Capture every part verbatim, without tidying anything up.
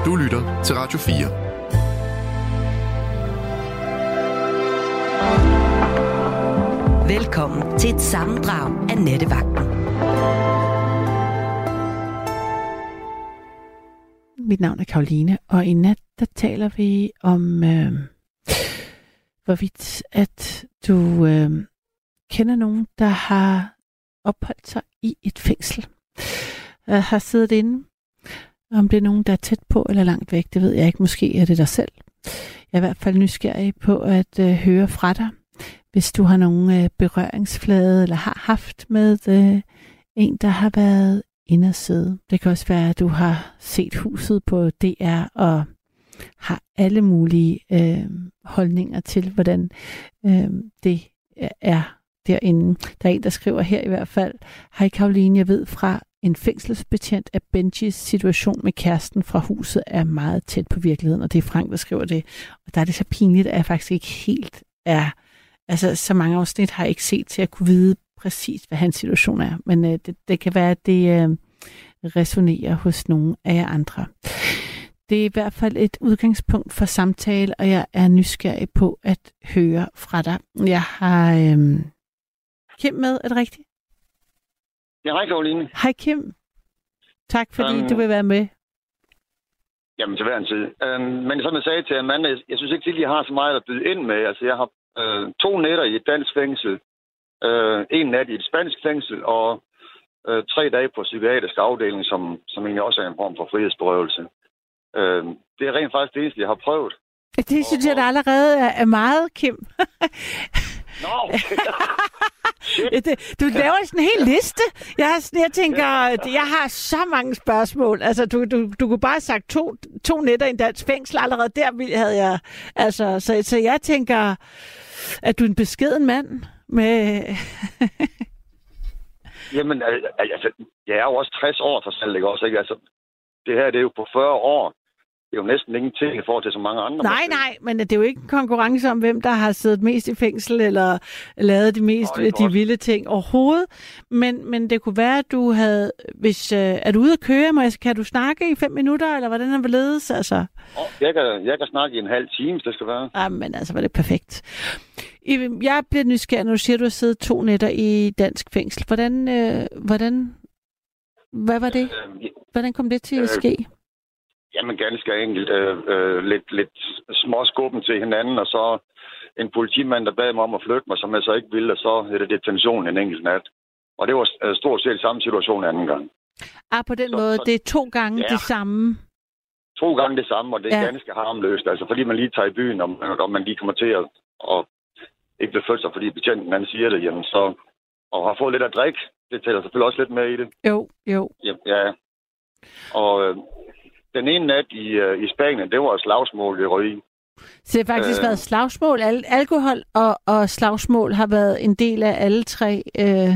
Du lytter til Radio fire. Velkommen til et sammendrag af Nattevagten. Mit navn er Karoline, og i nat der taler vi om, øh, hvorvidt at du øh, kender nogen, der har opholdt sig i et fængsel. Jeg har siddet inde. Om det er nogen, der er tæt på eller langt væk, det ved jeg ikke. Måske er det dig selv. Jeg er i hvert fald nysgerrig på at øh, høre fra dig, hvis du har nogen øh, berøringsflade eller har haft med øh, en, der har været inde at sidde. Det kan også være, at du har set Huset på D R og har alle mulige øh, holdninger til, hvordan øh, det er derinde. Der er en, der skriver her i hvert fald: Hej Karoline, jeg ved fra en fængselsbetjent, at Benjis situation med kæresten fra Huset er meget tæt på virkeligheden, og det er Frank, der skriver det. Og der er det så pinligt, at jeg faktisk ikke helt er... Altså, så mange afsnit har jeg ikke set til at kunne vide præcis, hvad hans situation er. Men øh, det, det kan være, at det øh, resonerer hos nogle af jer andre. Det er i hvert fald et udgangspunkt for samtale, og jeg er nysgerrig på at høre fra dig. Jeg har øh, Kim med, er det rigtigt? Ja, hej Karoline. Hej Kim. Tak fordi um, du vil være med. Jamen til hver en tid. Um, men som jeg sagde til Amanda, jeg, jeg synes ikke til, at jeg har så meget at byde ind med. Altså jeg har uh, to nætter i et dansk fængsel, uh, en nat i et spansk fængsel, og uh, tre dage på psykiatrisk afdeling, som, som egentlig også er en form for frihedsberøvelse. Uh, det er rent faktisk det eneste, jeg har prøvet. Det synes jeg, der allerede er, er meget, Kim. Nå, okay. Du laver sådan en hel liste. Jeg, jeg tænker, jeg har så mange spørgsmål. Altså, du, du, du kunne bare have sagt to, to nætter i en dansk fængsel. Allerede der havde jeg... Altså, så, så jeg tænker, at du er en beskeden mand med... Jamen, altså, jeg er jo også tres år for selv, ikke også? Ikke? Altså, det her, det er jo på fyrre år. Det er jo næsten ingenting i forhold til så mange andre. Nej, måske. nej, men det er jo ikke en konkurrence om, hvem der har siddet mest i fængsel, eller lavet de mest Nå, de godt. vilde ting overhovedet. Men, men det kunne være, at du havde... Hvis, øh, er du ude at køre, må jeg, kan du snakke i fem minutter, eller hvordan er det ledes? Altså? Oh, jeg, kan, jeg kan snakke i en halv time, hvis det skal være. Ah, men altså, var det perfekt. Jeg bliver nysgerrig, når du siger, at du har siddet to nætter i dansk fængsel. Hvordan... Øh, hvordan hvad var det? Hvordan kom det til at ske? Jamen ganske enkelt. Øh, øh, lidt, lidt småskubben til hinanden, og så en politimand, der bad mig om at flytte mig, som jeg så ikke ville, og så er det detention en enkelt nat. Og det var øh, stort set samme situation anden gang. Ah, på den så, måde, så, det er to gange ja, det samme? To gange det samme, og det er ja. ganske harmløst. Altså fordi man lige tager i byen, og, og man lige kommer til at og ikke bliver følt sig, fordi betjenten han siger det, jamen så, og har fået lidt at drikke, det tæller selvfølgelig også lidt med i det. Jo, jo. Ja, ja. Og... Øh, Den ene nat i, uh, i Spanien, det var et slagsmål, vi røg i. Så det har faktisk øh, været slagsmål. Al- alkohol og, og slagsmål har været en del af alle tre? Øh...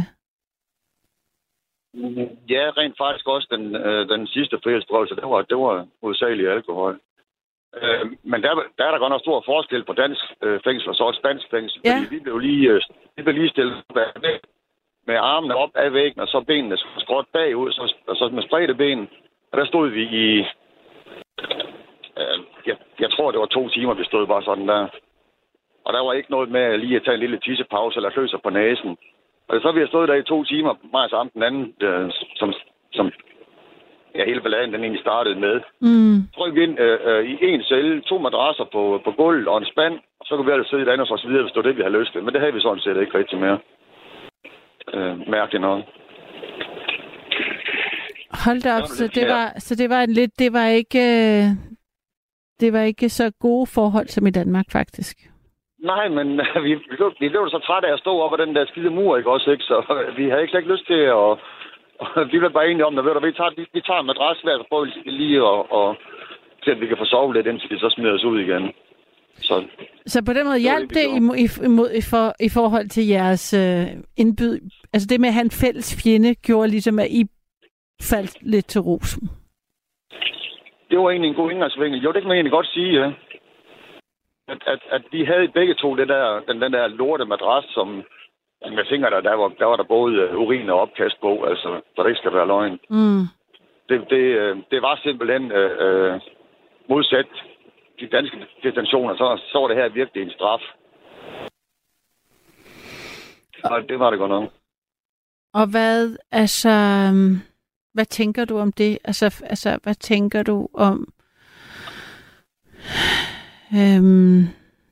Ja, rent faktisk også den, øh, den sidste frihedsberøvelse, det var, det var hovedsageligt alkohol. Øh, men der, der er der godt nok stor forskel på dansk øh, fængsel og så et spansk fængsel. Ja. Fordi vi blev lige, øh, vi blev lige stillet med armene op af væggen, og så benene skråt bagud, så, og så med spredte ben. Og der stod vi i... Øh, jeg, jeg tror, det var to timer, vi stod bare sådan der. Og der var ikke noget med lige at tage en lille tissepause eller kløser på næsen. Og så vi har stået der i to timer, meget sammen den anden, øh, som, som ja, hele balladen den egentlig startede med. Mm. Så trykkede vi ind øh, øh, i en celle, to madrasser på, på gulvet og en spand, og så kunne vi altså sidde derinde og så videre, hvis det var det, vi havde lyst til. Men det havde vi sådan set ikke rigtig mere. Øh, mærkeligt noget. Hold da op, så det var så det var en lidt det var ikke det var ikke så gode forhold som i Danmark faktisk. Nej, men vi, vi, blev, vi blev så trætte af at stå op ad den der skide mur, ikke også, ikke? Så vi havde ikke lyst til at... Og, og vi blev bare enige om, at ved du, vi tager, vi, vi tager en madras hver, så prøver vi lige at, og, til at vi kan få sovet lidt, indtil vi så smider os ud igen. Så, så på den måde hjalp det, det i, i, i, for, i forhold til jeres øh, indbyd... Altså det med at have en fælles fjende, gjorde ligesom, at I faldt lidt til rosen? Det var egentlig en god indgangsvinkel. Jo, det kan man egentlig godt sige, ja. At, at, at vi havde begge to det der, den, den der lorte madras, som jeg tænker, der, der, var, der var der både urin og opkast på, altså, så det ikke skal være løgn. Mm. Det, det, det var simpelthen... Øh, modsat de danske detentioner, så, så var det her virkelig en straf. Og det var det godt nok. Og hvad, altså, hvad tænker du om det? Altså, altså hvad tænker du om øhm,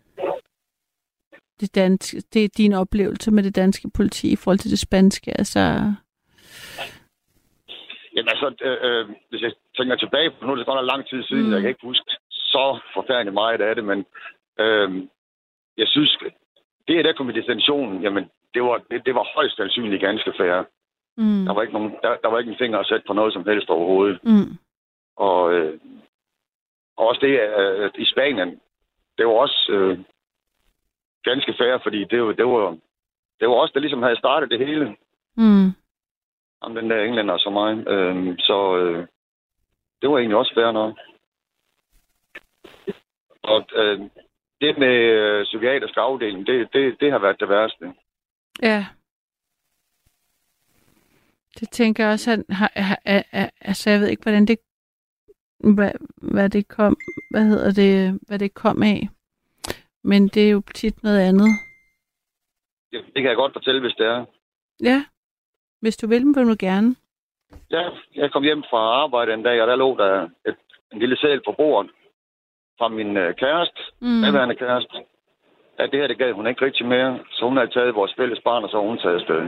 det danske, det er din oplevelse med det danske politi i forhold til det spanske, altså? Jamen altså, øh, øh, hvis jeg tænker tilbage på, nu er det godt nok lang tid siden, mm. jeg kan ikke huske så forfærdeligt meget af det, men øh, jeg synes, det er der kom i detentionen, jamen, det var, det, det var højst sandsynligt ganske fair. Mm. Der var ikke nogen, der, der var ikke en finger at sætte på noget som helst overhovedet. Mm. Og, øh, og også det øh, i Spanien, det var også øh, ganske fair, fordi det, var, det, var, det var også det ligesom havde startet det hele. Mm. Om den der englænder så mig. Øh, så øh, det var egentlig også fair nok. Og øh, det med øh, psykiatrisk afdeling, det, det, det har været det værste. Ja. Det tænker jeg også, at har, har, har, altså jeg ved ikke, hvordan det, hvad, hvad det kom, hvad hedder det, hvad det kom af. Men det er jo tit noget andet. Ja, det kan jeg godt fortælle, hvis det er. Ja, hvis du vil, vil du gerne. Ja, jeg kom hjem fra arbejde en dag, og der lå der et, en lille seddel på bordet fra min øh, kæreste, mm. medværende kæreste. Ja, det her, det gav hun ikke rigtig mere, så hun havde taget vores fælles barn, og så hun taget afsted.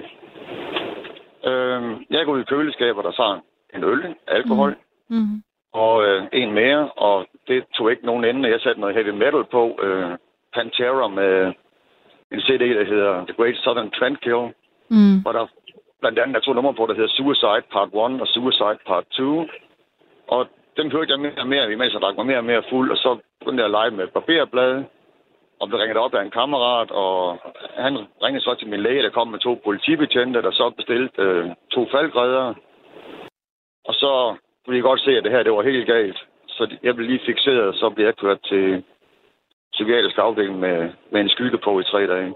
Øh, jeg går ud i køleskabet, og så en øl, alkohol, mm. Mm. og øh, en mere, og det tog ikke nogen ende. Jeg satte noget heavy metal på, øh, Pantera med en C D, der hedder The Great Southern Trendkill, mm. hvor der blandt andet er to numre på, der hedder Suicide Part et og Suicide Part to. Og den hørte jeg mere og mere, imens jeg drak mig mere og mere fuld, og så begyndte jeg at lege med et barberblad, og blev ringet op af en kammerat, og han ringede så til min læge, der kom med to politibetjente, der så bestilte øh, to faldgræder. Og så kunne jeg godt se, at det her, det var helt galt. Så jeg blev lige fikseret, og så blev jeg kørt til psykiatrisk afdeling med, med en skygge på i tre dage.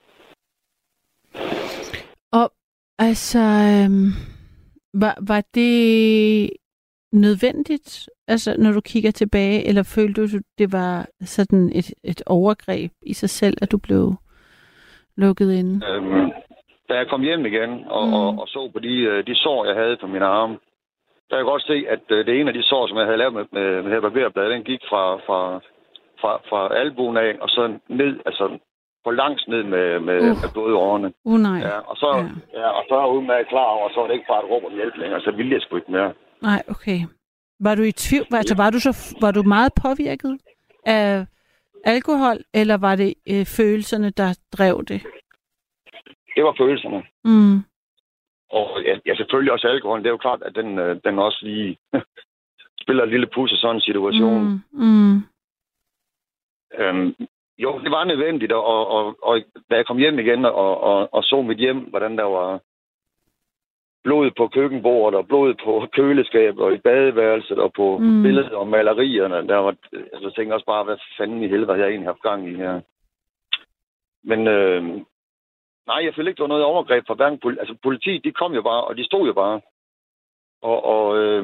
Og altså, øhm, var, var det nødvendigt, altså når du kigger tilbage, eller følte du, det var sådan et, et overgreb i sig selv, at du blev lukket inde? Øhm, da jeg kom hjem igen og, mm. og, og så på de, de sår, jeg havde på mine arme, der kan jeg godt se, at det ene af de sår, som jeg havde lavet med, med, med her barberblad, den gik fra, fra, fra, fra albuen af, og så ned, altså på langs ned med, med, uh. med blodårene. Uh, nej. Ja, og så, ja. Ja, og så er jeg ude med at klar over, og så var det ikke bare et råb om hjælp længere, så ville jeg sgu ikke mere. Nej, okay. Var du i tvivl? Altså, var du så var du meget påvirket af alkohol, eller var det øh, følelserne, der drev det? Det var følelserne. Mm. Og ja, ja, selvfølgelig også alkoholen. Det er jo klart, at den, øh, den også lige spiller et lille pus i sådan en situation. Mm. Mm. Øhm, jo, det var nødvendigt, og, og, og, og da jeg kom hjem igen og, og, og så mit hjem, hvordan der var blod på køkkenbordet, og blod på køleskabet, og i badeværelset, og på mm. billeder og malerierne. Der var, altså, jeg tænkte også bare, hvad fanden i helvede har jeg egentlig haft gang i her. Men øh, nej, jeg følte ikke, det var noget overgreb fra hverken politi. Altså politiet, de kom jo bare, og de stod jo bare. Og, og øh,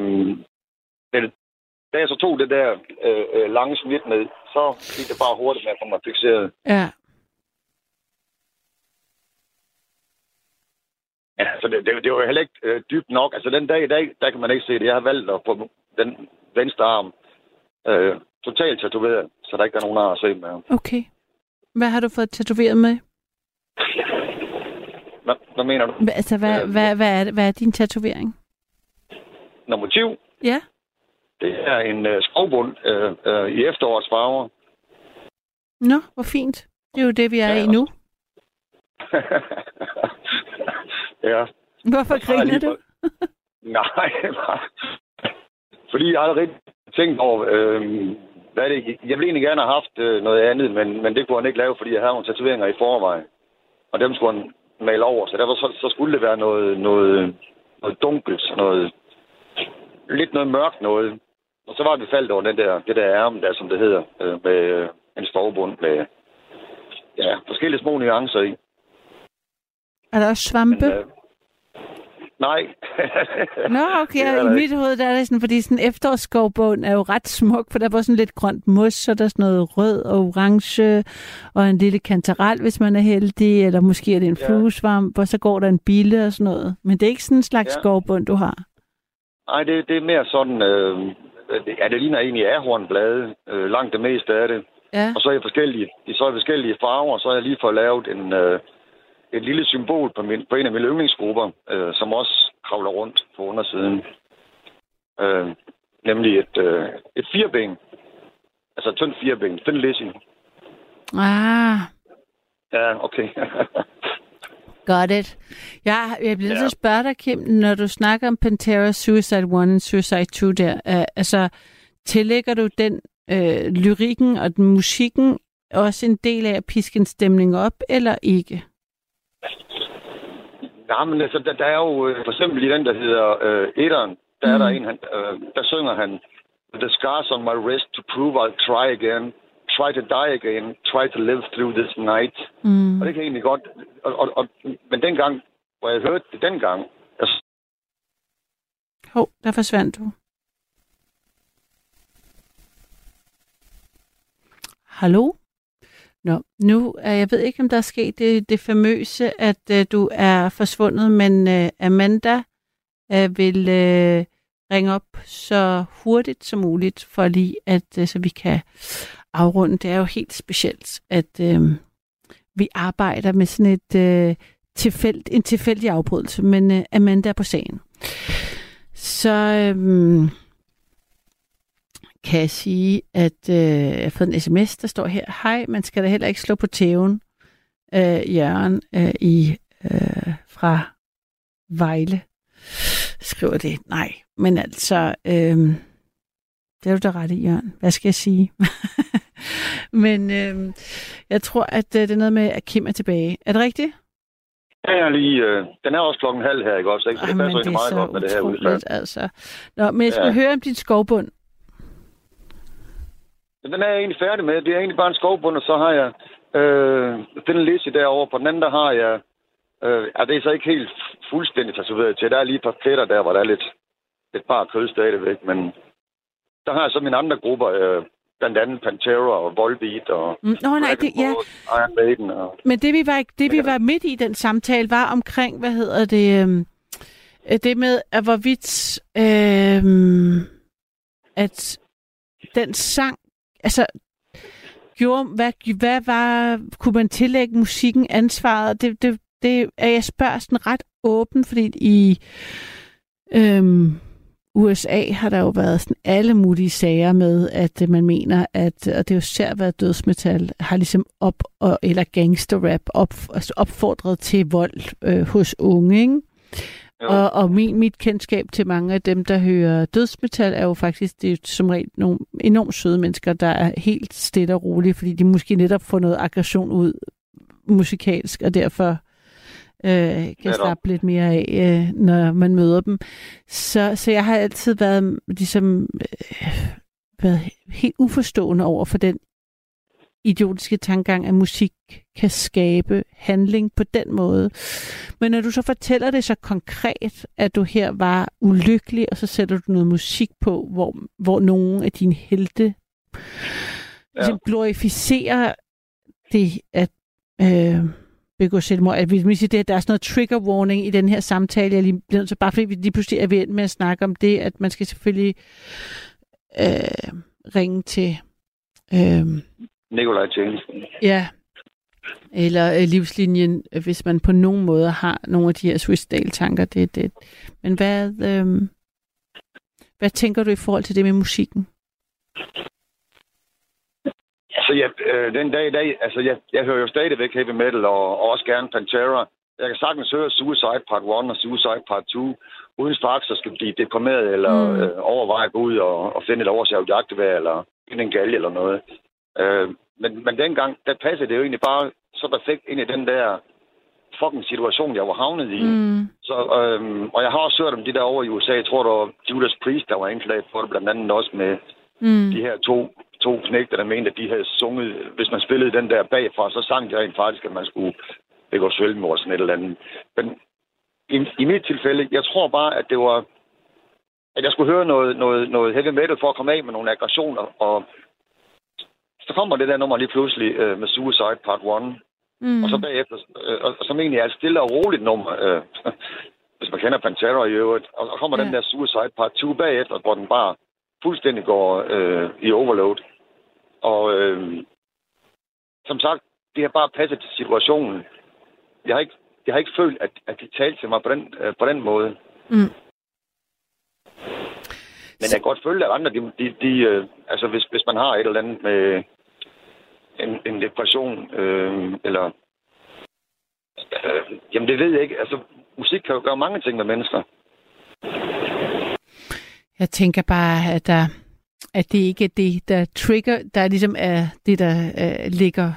da jeg så tog det der øh, lange smidt ned, så gik det bare hurtigt med at få mig fikseret. Ja. Ja, så det, det, det var jo heller ikke øh, dybt nok. Altså den dag i dag, der kan man ikke se det. Jeg har valgt at få den venstre arm øh, totalt tatoveret, så der ikke er nogen ar at se med. Okay. Hvad har du fået tatoveret med? Hvad, hvad mener du? Hva, altså, hvad, øh, hvad, hvad, er det, hvad er din tatovering? Nå, motiv? Ja. Det er en øh, skovbund øh, øh, i efterårets farver. Nå, hvor fint. Det er jo det, vi er ja, i nu. Ja. Hvorfor griner du? Nej, fordi jeg har rigtig tænkt over, øh, hvad det, jeg ville egentlig gerne have haft øh, noget andet, men, men det kunne han ikke lave, fordi jeg havde nogle tatoveringer i forvejen. Og dem skulle han male over, så derfor så, så skulle det være noget, noget, noget dunkelt, noget, lidt noget mørkt noget. Og så var vi faldt over den der, det der ærme der, som det hedder, øh, med øh, en skovbund med ja, forskellige små nuancer i. Er der også svampe? Men, øh, Nej. Nå, okay. I mit hoved der er det sådan, fordi sådan en efterårsskovbund er jo ret smuk, for der var sådan lidt grønt mos, så der er sådan noget rød og orange, og en lille kantarel, hvis man er heldig, eller måske er det en ja. fluesvamp, og så går der en bille og sådan noget. Men det er ikke sådan en slags ja. skovbund, du har? Nej, det, det er mere sådan, øh, ja, det ligner egentlig ahornblade, øh, langt det meste af det. Ja. Og så er jeg forskellige, så er forskellige farver, og så har jeg lige fået lavet en... Øh, et lille symbol på, min, på en af mine yndlingsgrupper, øh, som også kravler rundt på undersiden. Øh, nemlig et, øh, et fireben. Altså et tyndt fireben. Thin Lizzy. Ah. Ja, okay. Got it. Jeg, jeg bliver nødt til at spørge dig, Kim, når du snakker om Pantera, Suicide one og Suicide two der, øh, altså tillægger du den øh, lyrikken og den musikken også en del af at piske en stemning op, eller ikke? Nej, men altså, der, der er jo øh, for eksempel i den, der hedder øh, Etteren, der mm. er der en, han, øh, der synger han The scars on my wrist to prove I'll try again, try to die again, try to live through this night. Mm. Og det kan egentlig godt, og, og, og, men dengang, hvor jeg hørte det dengang... Altså... Hov, der forsvandt du. Hallo? Nå, nu, jeg ved ikke, om der er sket det, det famøse, at uh, du er forsvundet, men uh, Amanda uh, vil uh, ringe op så hurtigt som muligt, for lige at uh, så vi kan afrunde. Det er jo helt specielt, at uh, vi arbejder med sådan et uh, tilfæld, en tilfældig afbrydelse, men uh, Amanda er på sagen. Så... Uh, kan jeg sige, at øh, jeg har fået en sms, der står her, hej, man skal da heller ikke slå på tæven, øh, Jørgen øh, i, øh, fra Vejle. Skriver det. Nej, men altså, øh, det er du da ret i, Jørgen. Hvad skal jeg sige? men øh, jeg tror, at øh, det er noget med, at Kim er tilbage. Er det rigtigt? Ja, jeg lige, øh, den er også klokken halv her, ikke også? Ikke? Så det Ej, passer ikke meget godt med det her udfald. Altså. Nå, men jeg skal ja. høre om din skovbund. Den er jeg egentlig færdig med. Det er egentlig bare en skovbund, og så har jeg øh, den Lizzy derovre. På den anden, der har jeg... Øh, ja, det er så ikke helt fuldstændig tatoveret til. Der er lige et par pletter der, hvor der er lidt et par kød stadigvæk. Men der har jeg så mine andre grupper, øh, blandt andet Pantera og Volbeat og... Mm, Nå, nej, det, ja. Iron Maiden og... Men det vi, var, det, vi var midt i den samtale, var omkring, hvad hedder det... Øh, det med, at hvorvidt... Øh, at den sang... Altså, gjorde, hvad, hvad var, kunne man tillægge musikken ansvaret? Det, det, det er jeg spørger sådan ret åben, fordi i øhm, U S A har der jo været sådan alle mulige sager med, at man mener, at, og det er jo særligt været dødsmetal, har ligesom op, og, eller gangsterrap op, altså opfordret til vold øh, hos unge, ikke? Og, og min, mit kendskab til mange af dem, der hører dødsmetal, er jo faktisk, det er som regel nogle enormt søde mennesker, der er helt stille og rolige, fordi de måske netop får noget aggression ud musikalsk, og derfor øh, kan slappe lidt mere af, øh, når man møder dem. Så, så jeg har altid været, ligesom, øh, været helt uforstående over for den idiotiske tankegang, at musik kan skabe handling på den måde. Men når du så fortæller det så konkret, at du her var ulykkelig, og så sætter du noget musik på, hvor, hvor nogle af dine helte ja. ligesom glorificerer det, at øh, begå selvmord. At vi siger, at der er sådan noget trigger warning i den her samtale, jeg lige bliver nødt til, bare fordi vi lige pludselig er ved med at snakke om det, at man skal selvfølgelig øh, ringe til øh, Nikolaj Tjeneste. Ja, eller øh, livslinjen, hvis man på nogen måde har nogle af de her suicidale tanker. Det, det. Men hvad, øh, hvad tænker du i forhold til det med musikken? Altså, jeg, øh, den dag i dag, altså, jeg, jeg hører jo stadigvæk heavy metal, og, og også gerne Pantera. Jeg kan sagtens høre Suicide Part one og Suicide Part two, uden straks at skal blive deprimeret, eller mm. øh, overveje at gå ud og, og finde et oversævet jagtgevær, eller finde en galge eller noget. Øh, men, men dengang, der passede det jo egentlig bare så perfekt ind i den der fucking situation, jeg var havnet i. Mm. Så, øhm, og jeg har også hørt om de der over i U S A. Jeg tror, der var Judas Priest, der var indklaget for det, blandt andet også med mm. de her to, to knægter, der mente, at de havde sunget. Hvis man spillede den der bagfra, så sang de rent faktisk, at man skulle begå selvmord og sådan et eller andet. Men i, i mit tilfælde, jeg tror bare, at det var, at jeg skulle høre noget, noget, noget heavy metal for at komme af med nogle aggressioner, og så kommer det der nummer lige pludselig øh, med Suicide Part et, mm. og så bagefter, øh, og, og som egentlig er et stille og roligt nummer, øh, hvis man kender Pantera i øvrigt, og så kommer ja. den der Suicide Part to bagefter, hvor den bare fuldstændig går øh, i overload. Og øh, som sagt, det har bare passet til situationen. Jeg har ikke, jeg har ikke følt, at, at de talte til mig på den, øh, på den måde. Mm. Men jeg kan godt føle, at andre, de, de, de øh, altså hvis, hvis man har et eller andet med en, en depression, øh, eller øh, jamen det ved jeg ikke. Altså musik kan jo gøre mange ting med mennesker. Jeg tænker bare, at, der, at det ikke er det, der trigger, der ligesom er det, der øh, ligger,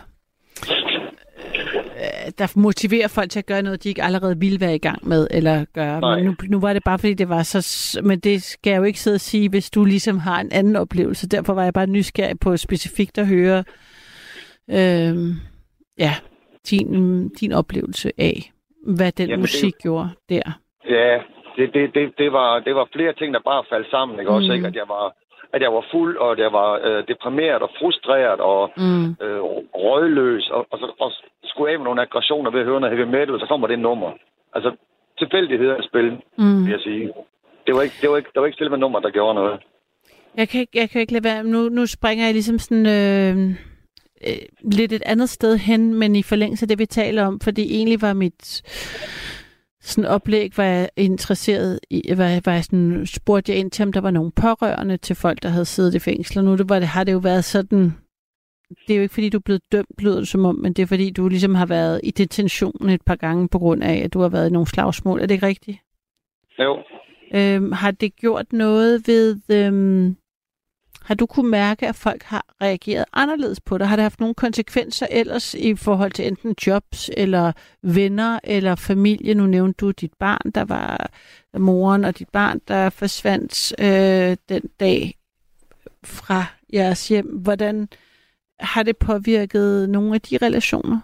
øh, der motiverer folk til at gøre noget, de ikke allerede ville være i gang med, eller gøre. Nej. Men nu, nu var det bare, fordi det var så... Men det skal jeg jo ikke sidde og sige, hvis du ligesom har en anden oplevelse. Derfor var jeg bare nysgerrig på specifikt at høre øh, ja, din, din oplevelse af, hvad den Jamen, musik det... gjorde der. Ja, Det, det, det, det, var, det var flere ting, der bare faldt sammen. Ikke? Mm. Også, ikke? At, jeg var, at jeg var fuld, og at jeg var øh, deprimeret og frustreret og mm. øh, røgløs. Og, og, så, og skulle af med nogle aggressioner ved at høre noget heavy metal, så kommer det nummer. Altså, tilfældigheder at spille, mm. vil jeg sige. Det var ikke, det var ikke, det var ikke stille med nummer, der gjorde noget. Jeg kan ikke, jeg kan ikke lade være. Nu, nu springer jeg ligesom sådan... Øh, øh, lidt et andet sted hen, men i forlængelse af det, vi taler om, fordi egentlig var mit... sådan oplæg, var jeg interesseret i, var, var jeg sådan, spurgte jeg ind til, om der var nogle pårørende til folk, der havde siddet i fængsel. Og nu det var det, har det jo været sådan, det er jo ikke fordi, du er blevet dømt, lyder det som om, men det er fordi, du ligesom har været i detention et par gange, på grund af, at du har været i nogle slagsmål. Er det ikke rigtigt? Jo. Øhm, har det gjort noget ved... Øhm, har du kunne mærke, at folk har reageret anderledes på dig? Har det haft nogle konsekvenser ellers i forhold til enten jobs, eller venner, eller familie? Nu nævnte du dit barn, der var moren, og dit barn, der forsvandt øh, den dag fra jeres hjem. Hvordan har det påvirket nogle af de relationer?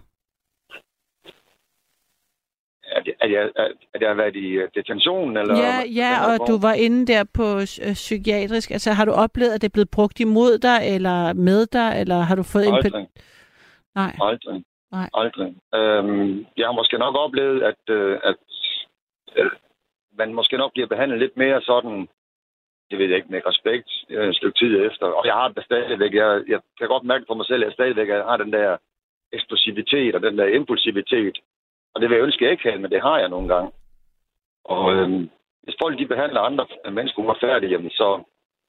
At jeg, at, jeg, at jeg har været i detention? Eller ja, ja, og du var inde der på øh, psykiatrisk. Altså, har du oplevet, at det er blevet brugt imod dig, eller med dig, eller har du fået... Aldrig. Imp- Nej. Aldrig. Nej. Aldrig. Øhm, jeg har måske nok oplevet, at, øh, at øh, man måske nok bliver behandlet lidt mere sådan, det ved jeg ikke, med respekt øh, et stykke tid efter. Og jeg har det stadigvæk. Jeg, jeg kan godt mærke på mig selv, at jeg stadigvæk har den der eksplosivitet og den der impulsivitet. Og det vil jeg ønske, jeg ikke have, men det har jeg nogle gange. Og øhm, hvis folk de behandler andre mennesker uretfærdigt, jamen så...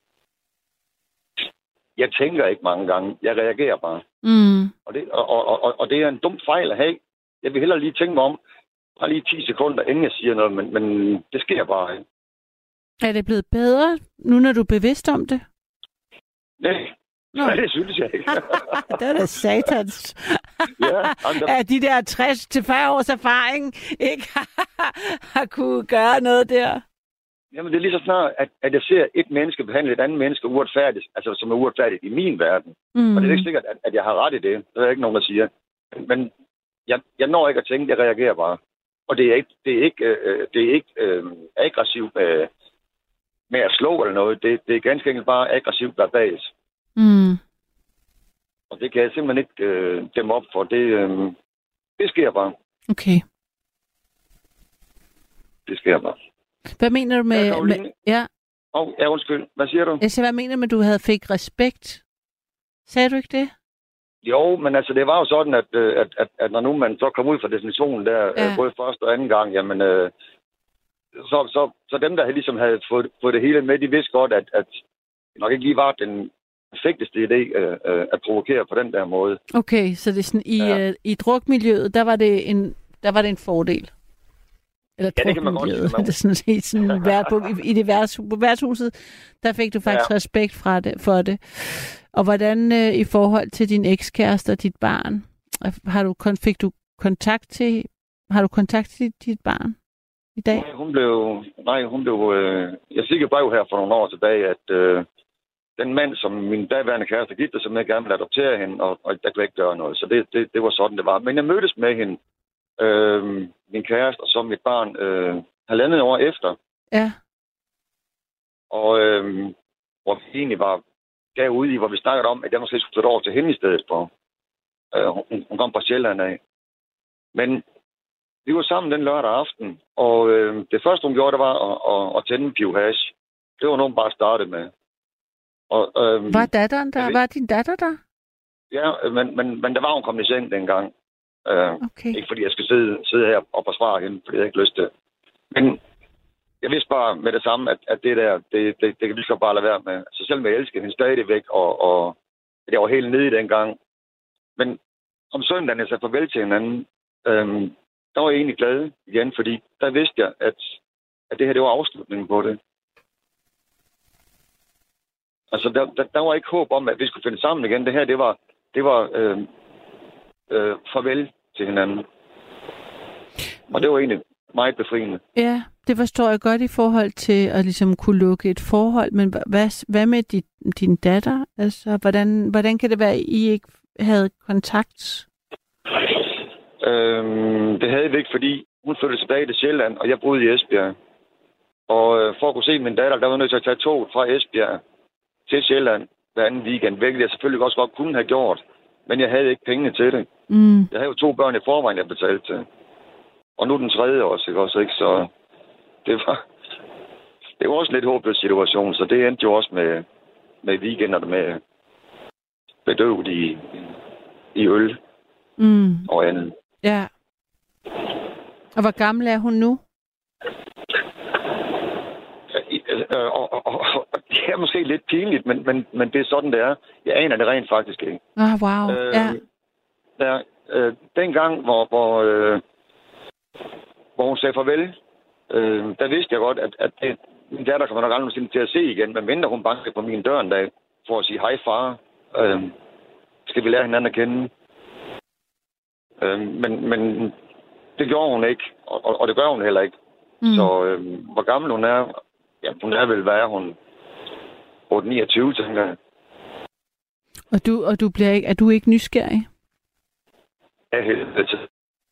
Jeg tænker ikke mange gange. Jeg reagerer bare. Mm. Og, det, og, og, og, og det er en dum fejl at have. Jeg vil hellere lige tænke mig om, bare lige ti sekunder, inden jeg siger noget, men, men det sker bare ikke. Er det blevet bedre, nu når du er bevidst om det? Nej. Nå. Nej, det synes jeg ikke. Det er da satans. Ja, at de der tres til fyrre års erfaring ikke har kunne gøre noget der. Jamen, det er lige så snart, at, at jeg ser et menneske behandle et andet menneske uretfærdigt, altså som er uretfærdigt i min verden. Mm. Og det er ikke sikkert, at, at jeg har ret i det. Det er ikke nogen, der siger. Men jeg, jeg når ikke at tænke, jeg reagerer bare. Og det er ikke, det er ikke, øh, det er ikke øh, aggressivt med, med at slå eller noget. Det, det er ganske enkelt bare aggressivt verbalt. Mm. Og det kan jeg simpelthen ikke øh, dæmme op for. Det, øh, det sker bare. Okay. Det sker bare. Hvad mener du med... Ja, med ja. Oh, ja, undskyld. Hvad siger du? Jeg siger, hvad mener du med, at du havde fik respekt? Sagde du ikke det? Jo, men altså, det var jo sådan, at, at, at, at når nu man så kom ud fra definitionen der, ja. både første og anden gang, jamen, øh, så, så, så dem, der ligesom havde fået, fået det hele med, de vidste godt, at, at det nok ikke lige var den perfekteste idé øh, øh, at provokere på den der måde. Okay, så det er sådan, i, ja. øh, i drukmiljøet, der var det en, der var det en fordel? Eller ja, det kan man godt sige. Det er sådan set sådan, vært, i, i det værtshuset, der fik du faktisk ja. respekt fra det, for det. Og hvordan øh, i forhold til din ekskæreste og dit barn, har du, fik du kontakt til, har du kontakt til dit barn i dag? Nej, hun blev, nej, hun blev, øh, jeg fik et brev her for nogle år tilbage, at øh, den mand, som min daværende kæreste giftede sig med, gerne ville adoptere hende, og, og der kunne ikke gøre noget. Så det, det, det var sådan, det var. Men jeg mødtes med hende, øh, min kæreste og så mit barn, øh, halvandet år efter. Ja. Og øh, hvor vi egentlig var derude i, hvor vi snakkede om, at jeg måske skulle flytte over til hende i stedet for. Øh, hun, hun kom fra Sjælland af. Men vi var sammen den lørdag aften, og øh, det første, hun gjorde, det var at, at, at tænde en piv hash. Det var nogen bare startede med. Og, øh, var datteren der? ved, var din datter der? Ja, men, men, men der var hun kommet i seng dengang. Øh, okay. Ikke fordi jeg skal sidde, sidde her og forsvare hende, fordi jeg ikke lyst til. Men jeg vidste bare med det samme, at, at det der, det, det, det kan vi så bare lade være med. Så selvom jeg elsker hende stadigvæk, og, og jeg var helt nede i dengang. Men om søndagen, jeg sagde farvel til hinanden, øhm, der var jeg egentlig glad igen, fordi der vidste jeg, at, at det her, det var afslutningen på det. Altså, der, der, der var ikke håb om, at vi skulle finde sammen igen. Det her, det var, det var øh, øh, farvel til hinanden. Og det var egentlig meget befriende. Ja, det forstår jeg godt i forhold til at ligesom kunne lukke et forhold. Men hvad, hvad med dit, din datter? Altså, hvordan, hvordan kan det være, at I ikke havde kontakt? Øhm, det havde vi ikke, fordi hun flyttede tilbage til Sjælland, og jeg boede i Esbjerg. Og øh, for at kunne se min datter, der var nødt til at tage toget fra Esbjerg til Sjælland hver anden weekend, hvilket jeg selvfølgelig også godt kunne have gjort. Men jeg havde ikke pengene til det. Mm. Jeg havde jo to børn i forvejen, jeg betalte til. Og nu den tredje også, ikke også, ikke? Så det var, det var også en lidt håbløs situation, så det endte jo også med, med weekenderne med bedøvet i, i øl mm. og andet. Ja. Og hvor gammel er hun nu? Og, og, og, og det er måske lidt pinligt, men, men, men det er sådan, det er. Jeg aner det rent faktisk ikke. Ah, wow. Øh, ja. Der, øh, dengang, hvor, hvor, øh, hvor hun sagde farvel, øh, der vidste jeg godt, at, at det, min datter kommer nok aldrig til at se igen, men mindre hun bankede på min dør en dag, for at sige, hej far, øh, skal vi lære hinanden at kende? Øh, men, men det gjorde hun ikke, og, og det gør hun heller ikke. Mm. Så øh, hvor gammel hun er, ja, hun er vel, hvad er hun? otte niogtyve, tænker jeg. Og du, og du bliver ikke, er du ikke nysgerrig? Ja, helvede til.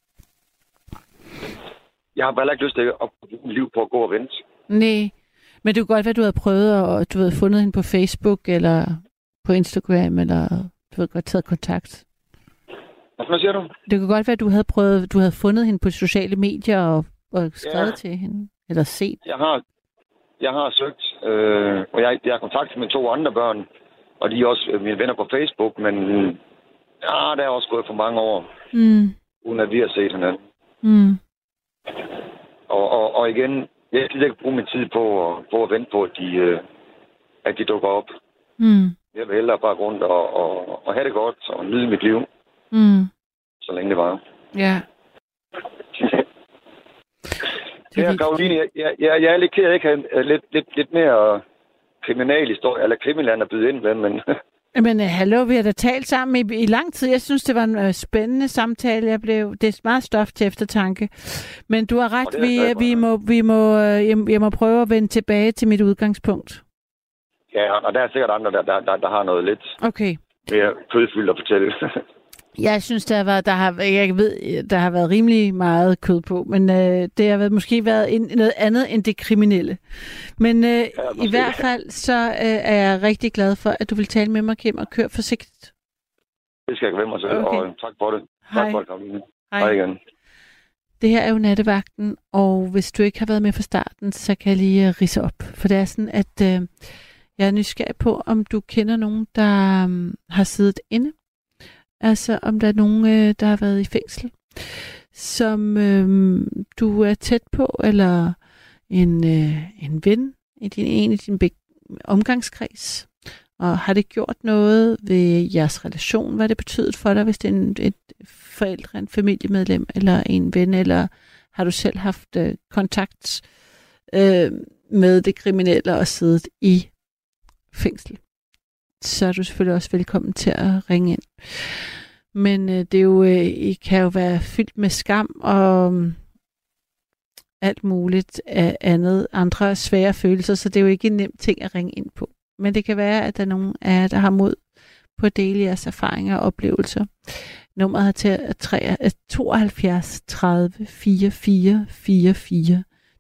Jeg har bare ikke lyst til at bruge mit liv på at gå og vente. Nej, men det kunne godt være, du havde prøvet, og du havde fundet hende på Facebook, eller på Instagram, eller du havde godt taget kontakt. Hvad siger du? Det kunne godt være, at du havde prøvet, du havde fundet hende på sociale medier, og, og skrevet ja. til hende, eller set. Jeg har, jeg har søgt, øh, og jeg, jeg har kontaktet med to andre børn, og de er også mine venner på Facebook, men ja, der er også gået for mange år, mm. uden at vi har set hinanden. Mm. Og, og, og igen, jeg kan ikke bruge min tid på at, på at vente på, at de, øh, at de dukker op. Mm. Jeg vil hellere bare gå rundt og, og, og have det godt og nyde mit liv, mm. så længe det var. Ja. Ja, Karoline, jeg, jeg, jeg, jeg er lidt ked af, at ikke have lidt, lidt, lidt mere kriminalhistorie, eller kriminalland at byde ind med, men... Men uh, hallo, vi har da talt sammen i, i lang tid. Jeg synes, det var en uh, spændende samtale. Jeg blev, det er meget stof til eftertanke. Men du har ret, vi, uh, vi, må, vi må, uh, jeg, jeg må prøve at vende tilbage til mit udgangspunkt. Ja, og der er sikkert andre, der, der, der, der har noget lidt okay. mere kødfyldt at fortælle. Jeg synes, der har været, der har, jeg ved, der har været rimelig meget kød på, men øh, det har været, måske været en, noget andet end det kriminelle. Men øh, ja, i hvert fald, så øh, er jeg rigtig glad for, at du vil tale med mig, Kim, og køre forsigtigt. Det skal jeg ved mig selv, okay. Og tak for det. Hej. Tak for det, Karoline. Hej. Hej igen. Det her er jo nattevagten, og hvis du ikke har været med fra starten, så kan jeg lige uh, ridse op. For det er sådan, at øh, jeg er nysgerrig på, om du kender nogen, der um, har siddet inde. Altså, om der er nogen, øh, der har været i fængsel, som øh, du er tæt på, eller en, øh, en ven i din, en i din be- omgangskreds. Og har det gjort noget ved jeres relation? Hvad det betydet for dig, hvis det er en, et forældre, en familiemedlem, eller en ven, eller har du selv haft øh, kontakt øh, med det kriminelle og siddet i fængsel? Så er du selvfølgelig også velkommen til at ringe ind. Men øh, det er jo, øh, I kan jo være fyldt med skam og øh, alt muligt af andet, andre svære følelser, så det er jo ikke en nem ting at ringe ind på. Men det kan være, at der er nogen af jer, der har mod på at dele jeres erfaringer og oplevelser. Nummeret er til tooghalvfjerds tredive fireogfyrre fireogfyrre.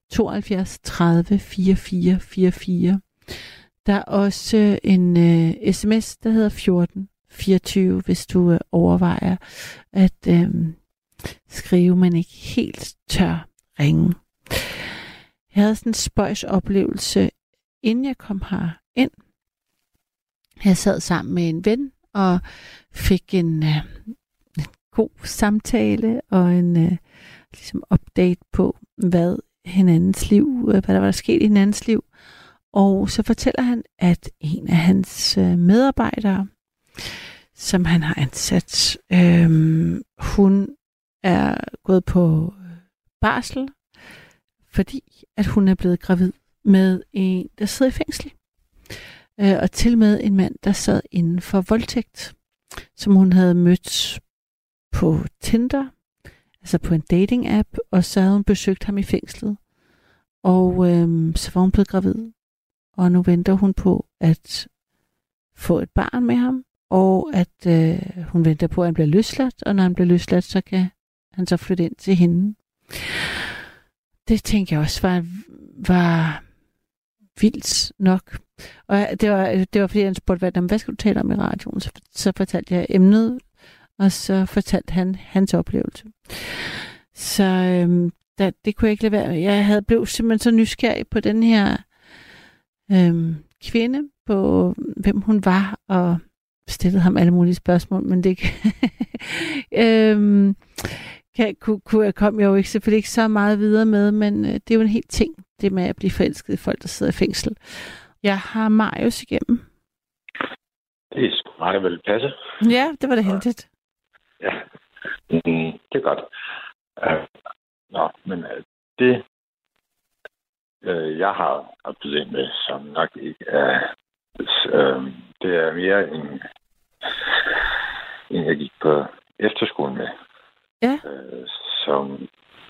tooghalvfjerds tredive fireogfyrre fireogfyrre. Der er også en øh, sms, der hedder fjorten fireogtyve, hvis du øh, overvejer at øh, skrive, men ikke helt tør ringe. Jeg havde sådan en spøjs oplevelse, inden jeg kom her ind. Jeg sad sammen med en ven og fik en, øh, en god samtale og en øh, ligesom update på, hvad hinandens liv, hvad der var sket i hinandens liv. Og så fortæller han, at en af hans øh, medarbejdere, som han har ansat, øh, hun er gået på barsel, fordi at hun er blevet gravid med en, der sidder i fængsel. Øh, og til med en mand, der sad inden for voldtægt, som hun havde mødt på Tinder, altså på en dating-app, og så havde hun besøgt ham i fængslet. Og øh, så var hun blevet gravid. Og nu venter hun på at få et barn med ham, og at øh, hun venter på, at han bliver løsladt, og når han bliver løsladt, så kan han så flytte ind til hende. Det tænker jeg også var, var vildt nok. Og det var, det var fordi, han spurgte, hvad, hvad skal du tale om i radioen? Så, så fortalte jeg emnet, og så fortalte han hans oplevelse. Så øhm, der, det kunne jeg ikke lade være. Jeg havde blevet simpelthen så nysgerrig på den her øhm, kvinde, på hvem hun var, og stillede ham alle mulige spørgsmål, men det øhm, kan, kunne, kunne, kom jeg jo ikke, selvfølgelig ikke så meget videre med, men øh, det er jo en helt ting, det med at blive forelsket i folk, der sidder i fængsel. Jeg har Marius igennem. Det er sgu meget vel passe. Ja, det var det heldigt. Ja, mm, det er godt. Uh, nå, men uh, det, uh, jeg har oplevet med, som nok ikke er, uh, det er mere en, en jeg gik på efterskolen med. Ja. Uh, som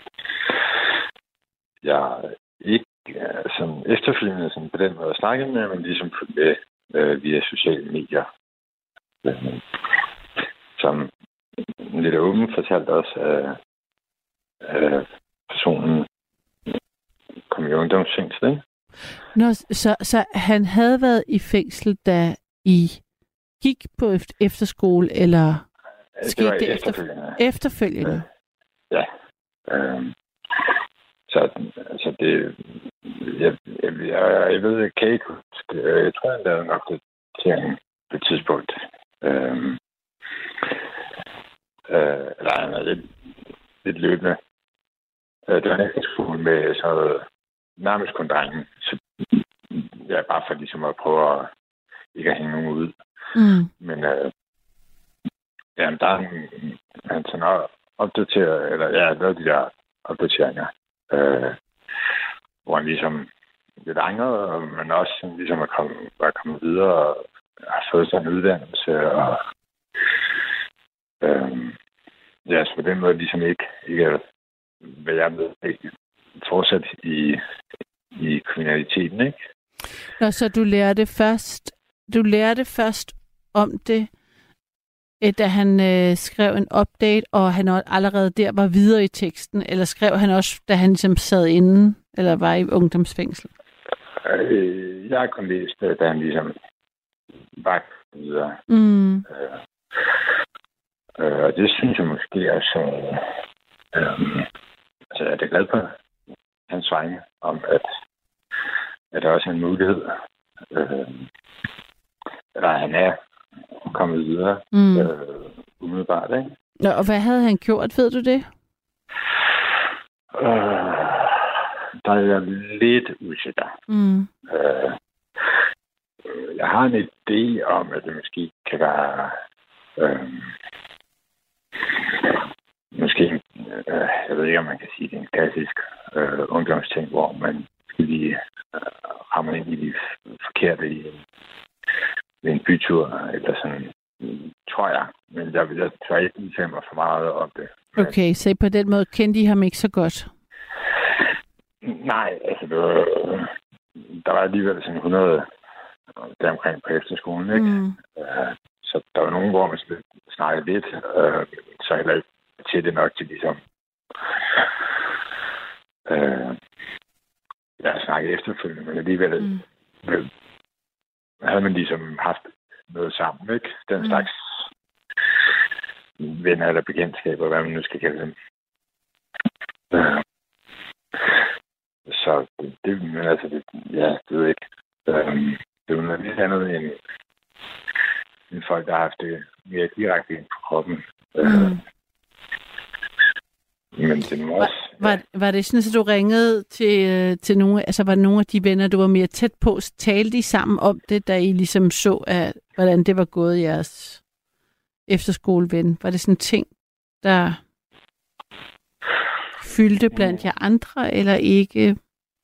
jeg ikke uh, som efterfølgende sådan på den måde snakket med, men ligesom fulgt med uh, via sociale medier. Uh, som lidt åben fortalte også, at, at personen kom i ungdomsfængsel, ikke? Nå, så, så han havde været i fængsel, da I gik på efterskole, eller skete det, det efterfølgende? Efterfølgende? Ja. Øhm, så altså det... Jeg, jeg, jeg, jeg ved, kan ikke huske. Jeg tror, han lavede nok det til en, på et tidspunkt. Øhm, Øh, eller han er lidt, lidt løbende. Øh, det var en efterskole med sådan noget, nærmest kun drengen. Så jeg er bare for ligesom at prøve at ikke at hænge nogen ud. Mm. Men øh, ja, der er en, han sådan opdaterer, eller ja, noget af de der opdateringer, øh, hvor han ligesom lidt angret, men også sådan, ligesom at komme, bare komme videre og har fået sådan en uddannelse og Øhm, ja, så på den måde ligesom ikke, ikke hvad jeg ved, ikke fortsat i, i kriminaliteten, ikke? Nå, så du lærte først, du lærte først om det, da han øh, skrev en update, og han allerede der var videre i teksten, eller skrev han også, da han ligesom sad inde, eller var i ungdomsfængsel? Øh, jeg har kun læst, da han ligesom var videre. Mm. Øh, Øh, og det synes jeg måske også, øh, altså jeg er glad på hans vegne, om at, at der også er en mulighed, øh, eller han er kommet videre, mm. øh, umiddelbart, ikke? Nå, og hvad havde han gjort, ved du det? Øh, der er jeg lidt usikker. Mm. Øh, jeg har en idé om, at det måske kan være øh, måske, øh, jeg ved ikke, om man kan sige, det er en klassisk øh, ungdomsting, hvor man skal lige øh, ramme ind i de forkerte i, i en bytur, eller sådan, tror jeg. Men jeg, jeg tør ikke udtale mig for meget om det. Okay, så på den måde kendte I ham ikke så godt? Nej, altså, det var, der var alligevel sådan hundrede deromkring på efterskolen, ikke? Mm. Øh, så der var nogen, hvor man snakkede lidt, øh, så heller ikke til det nok til ligesom... Øh, jeg har snakket efterfølgende, men alligevel mm. havde man ligesom haft noget sammen, ikke? Den mm. slags venner eller bekendtskaber, hvad man nu skal kalde dem. Uh, så det, men altså, det, ja, det ved jeg ikke. Um, det er noget lidt andet end, end folk, der har haft det mere direkte ind på kroppen. Mm. Uh, men det må også... Var, ja. var, var det sådan, at du ringede til, til nogle, altså var det nogle af de venner, du var mere tæt på, talte I sammen om det, da I ligesom så, at, hvordan det var gået i jeres efterskoleven? Var det sådan en ting, der fyldte blandt jer andre, eller ikke?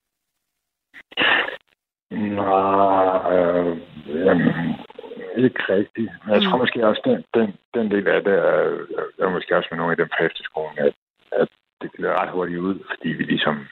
Nej, øh, jamen, ikke rigtigt. Men jeg tror måske også, den, den, den del af det er, er måske også med nogle af dem på efterskolen, at, at det bliver ret hurtigt ud, fordi vi ligesom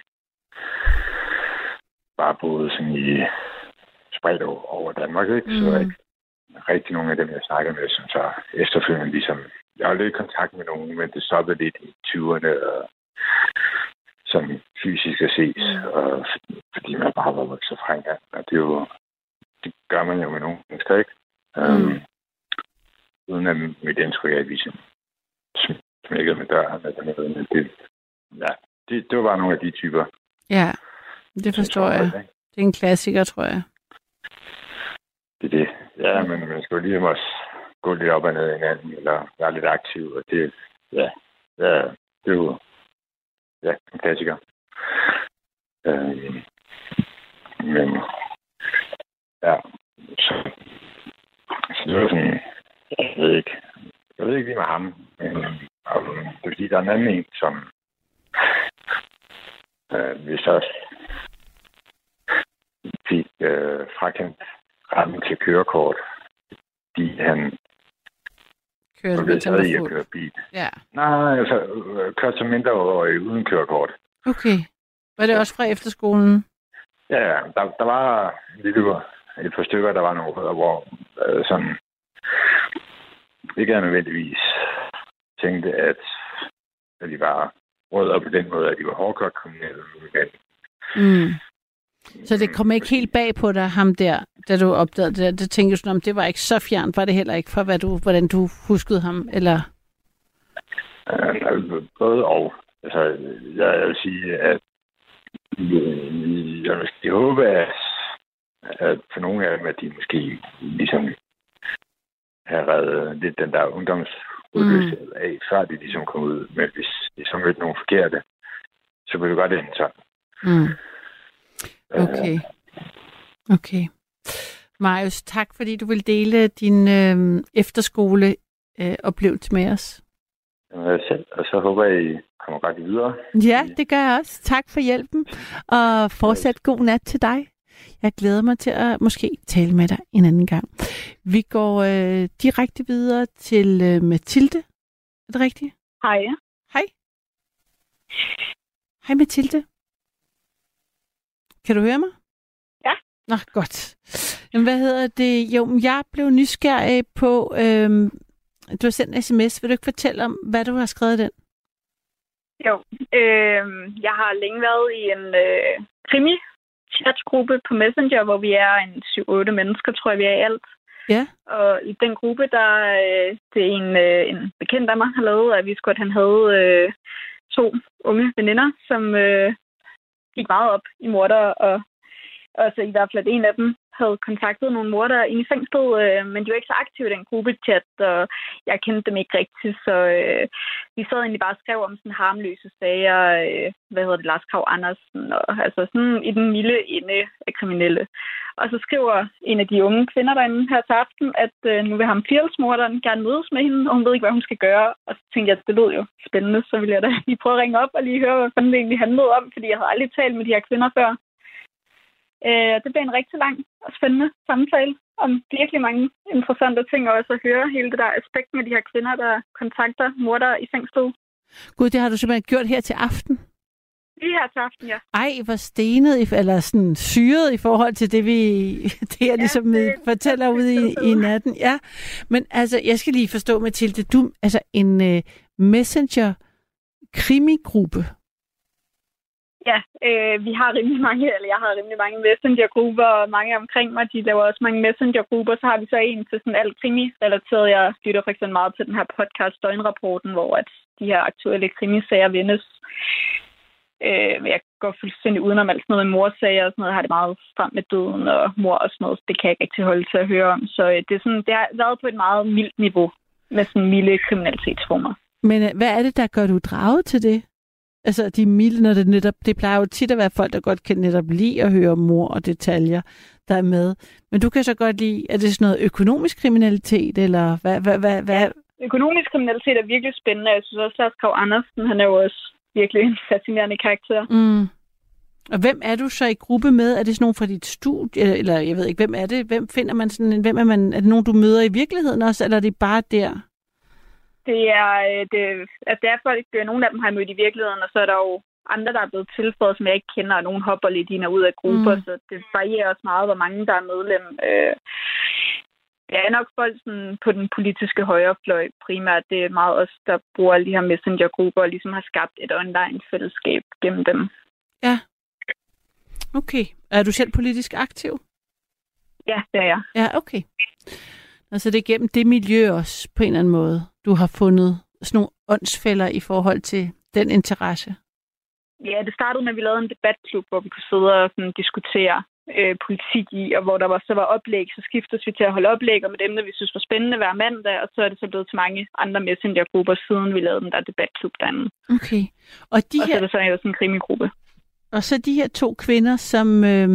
bare boede sådan i spredt over, over Danmark, ikke? Mm. Så ikke rigtig nogle af dem, jeg snakker med, som så efterfølgende ligesom... Jeg har lidt i kontakt med nogen, men det stoppede lidt i tyverne, og som fysisk at ses, mm. og fordi man bare var vokset fra hinanden. Og det er jo... Det gør man jo med nogle mennesker, ikke? Mm. Um, uden at mit indtryk er, at vi smækkede med døren eller noget. Men det, ja, det, det var bare nogle af de typer. Ja, det forstår jeg. jeg. Det er en klassiker, tror jeg. Det er det. Ja, men man skal jo lige også gå lidt op og ned i hinanden, eller være lidt aktiv, og det, ja, ja, det er jo, ja, en klassiker. Øhm, men, ja, så, så det var sådan, jeg ved ikke, jeg ved ikke lige med ham, men um, det er fordi, der er en anden en, som øh, vi så fik øh, frakendt retten til kørekort, fordi han kørte med til at køre bil. Ja. Nej, altså kørte som mindreårig uden kørekort. Okay. Var det også fra efterskolen? Ja, der, der var lidt et par stykker, der var nogle, hvor øh, sådan ikke er nødvendigvis tænkte, at, at de var rødder på den måde, at de var hårdkogt kriminelle. Men mm. Så det kom ikke helt bag på dig, ham der, da du opdagede det? Det tænkte du, om det var ikke så fjernt, var det heller ikke for, hvad du, hvordan du huskede ham, eller? Uh, både og. Altså, jeg, jeg vil sige, at jeg måske håbe, at, at for nogle af dem, at de måske ligesom har reddet lidt den der ungdomsudløshed mm. af, før de ligesom kom ud. Men hvis de så mødte nogle forkerte, så ville det godt ende sådan. Mm. Okay. Okay. Marius, tak fordi du vil dele din øh, efterskole øh, oplevelse med os. Jamen, selv, og så håber jeg, I kommer godt videre. Ja, det gør jeg også. Tak for hjælpen, og fortsat god nat til dig. Jeg glæder mig til at måske tale med dig en anden gang. Vi går øh, direkte videre til øh, Mathilde. Er det rigtigt? Hej. Hej. Hej Mathilde. Kan du høre mig? Ja. Nå, godt. Jamen, hvad hedder det? Jo, jeg blev nysgerrig på, øhm, du har sendt en sms. Vil du ikke fortælle om, hvad du har skrevet i den? Jo, øh, jeg har længe været i en øh, krimi-chatgruppe på Messenger, hvor vi er en syv otte mennesker, tror jeg, vi er i alt. Ja. Og i den gruppe, der øh, det er en, øh, en bekendt af mig har lavet, at vi skulle, at han havde øh, to unge veninder, som... Øh, gik meget op i morder, og, og så i hvert fald, at en af dem havde kontaktet nogle mordere inde i fængslet, øh, men de var ikke så aktive i den gruppechat, og jeg kendte dem ikke rigtigt, så øh, vi sad egentlig bare og skrev om sådan harmløse sager, øh, hvad hedder det, Lars Krav Andersen, og altså sådan i den milde ende af kriminelle. Og så skriver en af de unge kvinder derinde her til aften, at øh, nu vil ham Fjellsmorderen gerne mødes med hende, og hun ved ikke, hvad hun skal gøre. Og så tænkte jeg, at det lød jo spændende, så ville jeg da lige prøve at ringe op og lige høre, hvad fanden det egentlig handlede om, fordi jeg havde aldrig talt med de her kvinder før. Øh, det blev en rigtig lang og spændende samtale om virkelig mange interessante ting, og også at høre hele det der aspekt med de her kvinder, der kontakter mordere i fængslet. Gud, det har du simpelthen gjort her til aften? Lige her til aften, ja. Ej, hvor stenet, eller sådan syret i forhold til det, vi det jeg ja, ligesom det, fortæller ude i, i natten. Ja, men altså, jeg skal lige forstå, Mathilde, du, altså en uh, messenger-krimigruppe. Ja, øh, vi har rimelig mange, eller jeg har rimelig mange messengergrupper, og mange omkring mig, de laver også mange messengergrupper. Så har vi så en til sådan alt krimi-relateret. Jeg lytter for eksempel meget til den her podcast Døgnrapporten, hvor at de her aktuelle krimisager vendes. Øh, jeg går fuldstændig udenom alt sådan noget med morsager og sådan noget. Har det meget frem med døden og mor og sådan noget. Det kan jeg ikke rigtig holde til at høre om. Så øh, det, er sådan, det har været på et meget mildt niveau med sådan milde kriminalitetsformer. Men øh, hvad er det, der gør du draget til det? Altså, de milde, når det netop... Det plejer jo tit at være folk, der godt kan netop lide at høre mor og detaljer, der er med. Men du kan så godt lide... Er det sådan noget økonomisk kriminalitet, eller hvad... hvad, hvad, hvad? Ja, økonomisk kriminalitet er virkelig spændende. Jeg synes også, Lars Krag Andersen, han er jo også virkelig en fascinerende karakter. Mm. Og hvem er du så i gruppe med? Er det sådan nogen fra dit studie? Eller jeg ved ikke, hvem er det? Hvem finder man sådan en... Hvem er man... Er det nogen, du møder i virkeligheden også, eller er det bare der? Det er, det, altså det er folk, nogle af dem har jeg mødt i virkeligheden, og så er der jo andre, der er blevet tilføjet, som jeg ikke kender, og nogen hopper lidt ind og ud af grupper, mm. så det varierer også meget, hvor mange der er medlem. Det er nok folk sådan, på den politiske højrefløj primært. Det er meget os, der bruger alle de her messengergrupper og ligesom har skabt et online-fællesskab gennem dem. Ja. Okay. Er du selv politisk aktiv? Ja, det er jeg. Ja, okay. Altså det er gennem det miljø også, på en eller anden måde, du har fundet sådan nogle åndsfælder i forhold til den interesse? Ja, det startede med, at vi lavede en debatklub, hvor vi kunne sidde og sådan, diskutere øh, politik i, og hvor der var, så var oplæg, så skiftes vi til at holde oplæg om et emne, vi synes var spændende hver mandag, og så er det så blevet til mange andre messengergrupper, siden vi lavede den der debatklub derinde. Okay. Og, de og her... så er det så jo sådan en krimigruppe. Og så de her to kvinder, som, øh,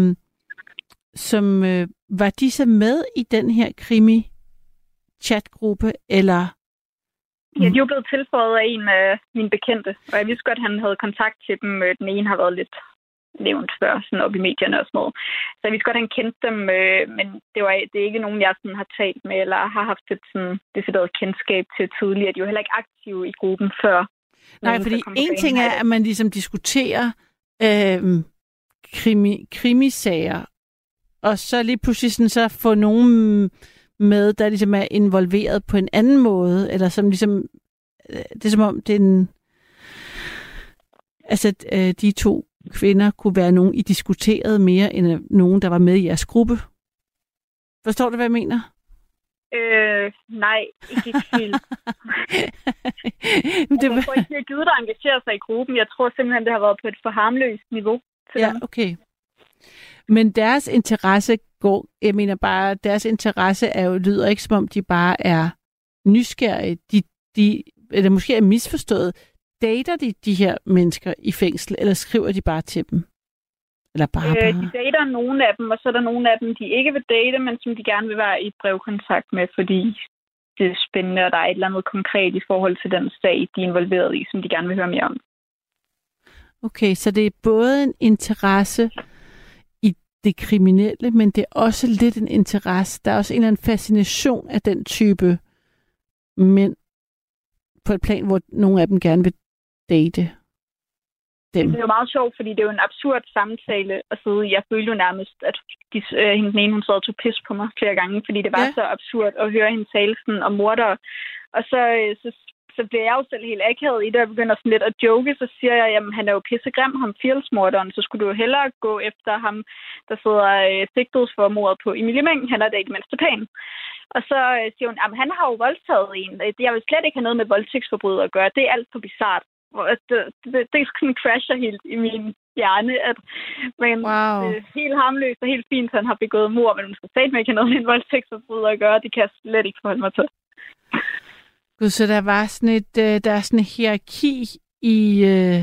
som øh, var de så med i den her krimi chatgruppe, eller? Ja, de er jo blevet tilføjet af en af mine bekendte, og jeg vidste godt, at han havde kontakt til dem. Den ene har været lidt nævnt før, sådan op i medierne og sådan noget. Så jeg vidste godt, at han kendte dem, men det, var, det er ikke nogen, jeg sådan har talt med, eller har haft et sådan decideret kendskab til tidligere. De er jo heller ikke aktive i gruppen før. Nej, fordi en ting er, at man ligesom diskuterer øh, krimi, krimisager, og så lige pludselig sådan, så få nogen med, der ligesom er involveret på en anden måde, eller som ligesom, det er som om, det er en, altså de to kvinder kunne være nogen, I diskuterede mere, end nogen, der var med i jeres gruppe. Forstår du, hvad jeg mener? Øh, nej, ikke helt. det var... Jeg tror ikke, jeg har givet dig at engagere sig i gruppen. Jeg tror simpelthen, det har været på et for harmløst niveau. Ja, dem. Okay. Men deres interesse går, jeg mener bare, deres interesse er jo, lyder ikke som om, de bare er nysgerrige. De, de, eller måske er misforstået. Dater de de her mennesker i fængsel, eller skriver de bare til dem? Eller bare, øh, bare? De dater nogle af dem, og så er der nogle af dem, de ikke vil date, men som de gerne vil være i brevkontakt med, fordi det er spændende, og der er et eller andet konkret i forhold til den sag, de er involveret i, som de gerne vil høre mere om. Okay, så det er både en interesse i det kriminelle, men det er også lidt en interesse. Der er også en eller anden fascination af den type mænd på et plan, hvor nogle af dem gerne vil date dem. Det er jo meget sjovt, fordi det er jo en absurd samtale at sidde. Jeg følte jo nærmest, at de, øh, hende den ene, hun sad og tog pis på mig flere gange, fordi det var ja. så absurd at høre hende tale sådan om mordere. Og så, øh, så, så bliver jeg jo selv helt akavet i det, og jeg begynder sådan lidt at joke, så siger jeg, jamen han er jo pissegrim, ham Fields-morderen, så skulle du jo hellere gå efter ham, der sidder øh, sigtet for mordet på Emilie Meng. Han er da i det mindste pæn. Og så øh, siger hun, jamen han har jo voldtaget en. Jeg vil slet ikke have noget med voldtægtsforbrydere at gøre. Det er alt for bizart. Det, det, det sådan crasher helt i min hjerne, at men wow. det er helt harmløst og helt fint, at han har begået mord, men man skal satme ikke have noget med en voldtægtsforbryder at gøre. Det kan jeg slet ikke forholde mig til. Gud, så der var sådan et, der er sådan en hierarki i, øh,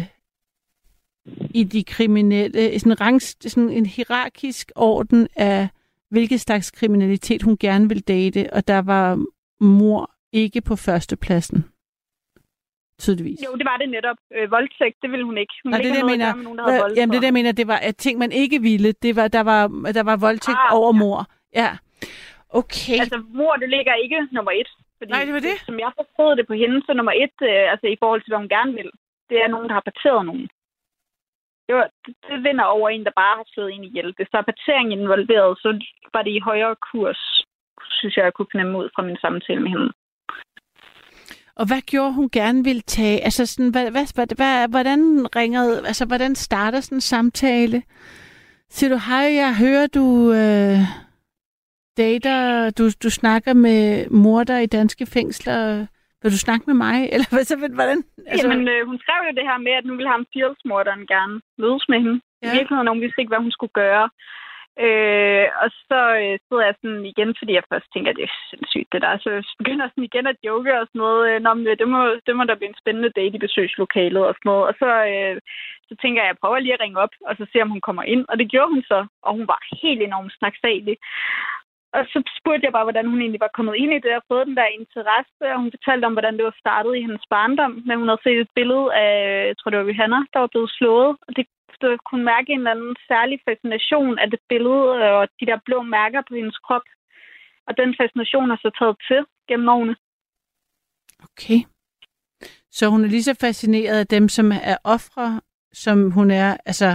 i de kriminelle, sådan, rang, sådan en hierarkisk orden af, hvilket slags kriminalitet hun gerne vil date, og der var mord ikke på førstepladsen. Tydeligvis. Jo, det var det netop. Øh, voldtægt, det ville hun ikke. Hun ville ikke det, have noget mener, at gøre med nogen, der havde voldtaget. Jamen det der mener, det var at ting, man ikke ville. Det var, der, var, der var voldtægt ah, over ja. mord. Ja. Okay. Altså, mord, det ligger ikke nummer et. Fordi, Nej, det var det. Som jeg forstod det på hende, så nummer et, øh, altså i forhold til, hvad hun gerne vil, det er nogen, der har parteret nogen. Det, var, det, det vinder over en, der bare har slået en ihjel. Hvis der er partering involveret, så var det i højere kurs, synes jeg, jeg kunne fornemme ud fra min samtale med hende. Og hvad gjorde hun gerne ville tage? Altså sådan, hvad, hvad, hvad, hvordan ringede, altså hvordan starter sådan en samtale? Siger du, hej, jeg hører, du øh, dater, du, du snakker med morder i danske fængsler. Vil du snakke med mig? Eller hvad, så, hvordan? Altså... Jamen, øh, hun skrev jo det her med, at nu ville ham Fields-morderen gerne mødes med hende. Ja. I virkeligheden, hun vidste ikke, hvad hun skulle gøre. Øh, og så øh, sidder jeg sådan igen, fordi jeg først tænker, at det er sindssygt det der. Så begynder jeg sådan igen at joke og sådan noget. Nå, men det må, det må da blive en spændende date i besøgslokalet og sådan noget. Og så, øh, så tænker jeg, at jeg prøver lige at ringe op, og så ser om hun kommer ind. Og det gjorde hun så, og hun var helt enormt snaksalig. Og så spurgte jeg bare, hvordan hun egentlig var kommet ind i det og fået den der interesse. Og hun fortalte om, hvordan det var startet i hendes barndom. Men hun havde set et billede af, jeg tror det var Johanna, der var blevet slået. Og det du kunne mærke en eller anden særlig fascination af det billede og de der blå mærker på hendes krop. Og den fascination har så taget til gennem årene. Okay. Så hun er lige så fascineret af dem, som er ofre, som hun er, altså...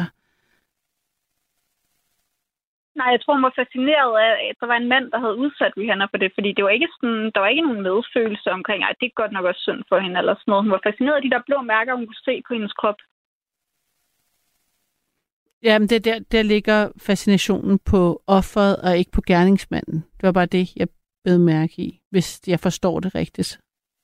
Nej, jeg tror, hun var fascineret af, at der var en mand, der havde udsat Rihanna for det, fordi det var ikke sådan, der var ikke nogen medfølelse omkring, at det er godt nok også synd for hende, eller sådan noget. Hun var fascineret af de der blå mærker, hun kunne se på hendes krop. Jamen, det der, der ligger fascinationen på offeret og ikke på gerningsmanden. Det var bare det, jeg bed mærke i, hvis jeg forstår det rigtigt.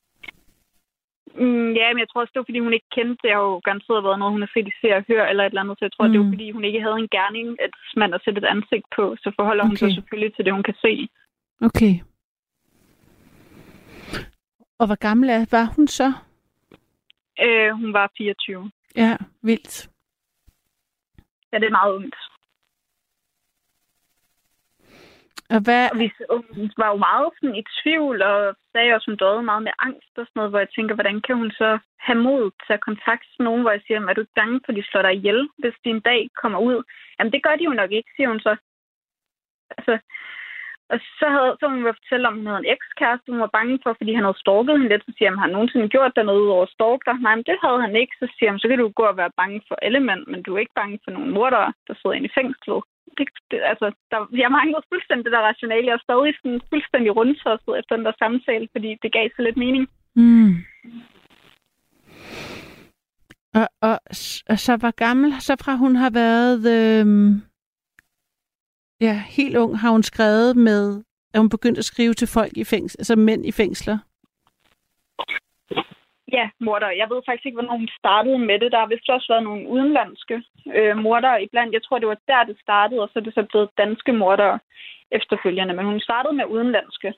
Mm, ja, men jeg tror også, det var, fordi hun ikke kendte det. Det har jo garanteret været noget, hun har set i Se og Hør eller et eller andet. Så jeg tror, mm. det var, fordi hun ikke havde en gerning, at mand at sætte et ansigt på. Så forholder okay. hun sig selvfølgelig til det, hun kan se. Okay. Og hvor gammel er, var hun så? Øh, hun var fireogtyve. Ja, vildt. Ja, det er meget ungt. Og hvad... Og vi var jo meget sådan, i tvivl, og sagde også, hun døde meget med angst og sådan noget, hvor jeg tænker, hvordan kan hun så have mod til at kontakte nogen, hvor jeg siger, er du bange for, at de slår dig ihjel, hvis de en dag kommer ud? Jamen, det gør de jo nok ikke, siger hun så. Altså, og så havde så hun ville fortælle om, hun havde en ekskæreste, hun var bange for, fordi han havde stalket hende lidt. Så siger han, har han nogensinde gjort der noget ud over stalker? Nej, men det havde han ikke. Så siger han, så kan du gå og være bange for alle mænd, men du er ikke bange for nogle mordere, der sidder inde i fængslet. Det, det, altså, der, jeg manglede fuldstændig det der rationale. Jeg er stadig sådan fuldstændig rundtosset efter den der samtale, fordi det gav så lidt mening. Mm. Og, og, og så var gammel, så fra hun har været... Øh... Ja, helt ung har hun skrevet med, at hun begyndte at skrive til folk i fængsler, altså mænd i fængsler. Ja, morder. Jeg ved faktisk ikke, hvornår hun startede med det. Der har vist også været nogle udenlandske øh, mordere iblandt. Jeg tror, det var der, det startede, og så er det så blevet danske mordere efterfølgende. Men hun startede med udenlandske.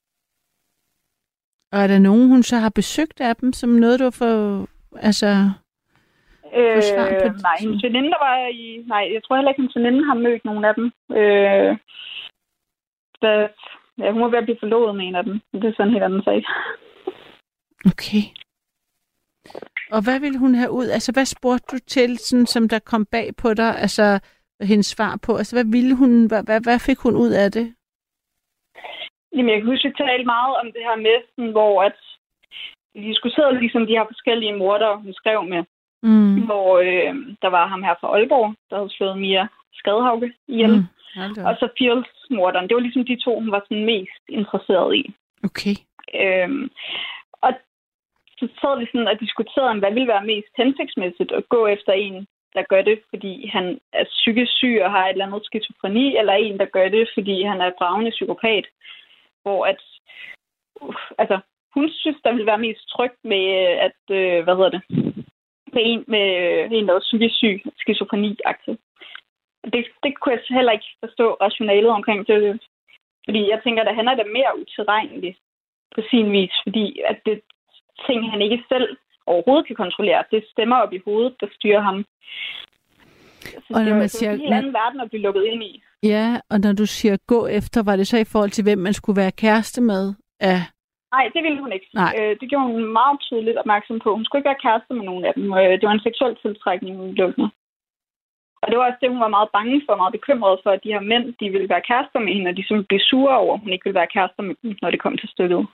Og er der nogen, hun så har besøgt af dem, som noget, du får, altså... Øh, nej, hendes veninde, der var i... Nej, jeg tror heller ikke, hendes veninde har mødt nogen af dem. Øh, der, ja, hun var ved at blive forlovet med en af dem. Det er sådan en helt anden sag. Okay. Og hvad ville hun have ud? Altså, hvad spurgte du til, sådan, som der kom bag på dig? Altså, hendes svar på? Altså, hvad ville hun... Hvad, hvad, hvad fik hun ud af det? Jamen, jeg kan huske, at vi talte meget om det her med, sådan, hvor at vi diskuterede ligesom de her forskellige mordere, hun skrev med. Mm. Hvor øh, der var ham her fra Aalborg, der havde slået Mia Skadhauge ihjel. Mm. Og så Fields-morderen. Det var ligesom de to, hun var sådan mest interesseret i. Okay. Øhm, og så sad vi sådan og diskuterede, hvad ville være mest hensigtsmæssigt at gå efter en, der gør det, fordi han er psykisk syg og har et eller andet skizofreni, eller en, der gør det, fordi han er dragende psykopat. Hvor at, uh, altså, hun synes, der ville være mest trygt med, at, øh, hvad hedder det, med en, med en, der var psykisk syg, skizofreni-aktiv. Det, det kunne jeg heller ikke forstå rationalet omkring det. Fordi jeg tænker, at han er da mere utilregnelig på sin vis, fordi at det ting, han ikke selv overhovedet kan kontrollere, det stemmer op i hovedet, der styrer ham. Så og når man siger, det er en helt anden verden at blive lukket ind i. Ja, og når du siger gå efter, var det så i forhold til, hvem man skulle være kæreste med? Ja. Nej, det ville hun ikke. Øh, det gjorde hun meget tydeligt opmærksom på. Hun skulle ikke være kæreste med nogen af dem. Øh, det var en seksuel tiltrækning, hun lukkede. Og det var også det, hun var meget bange for, meget bekymret for, at de her mænd, de ville være kærester med hende, og de simpelthen blev sure over, at hun ikke ville være kærester med dem, når det kom til stykket.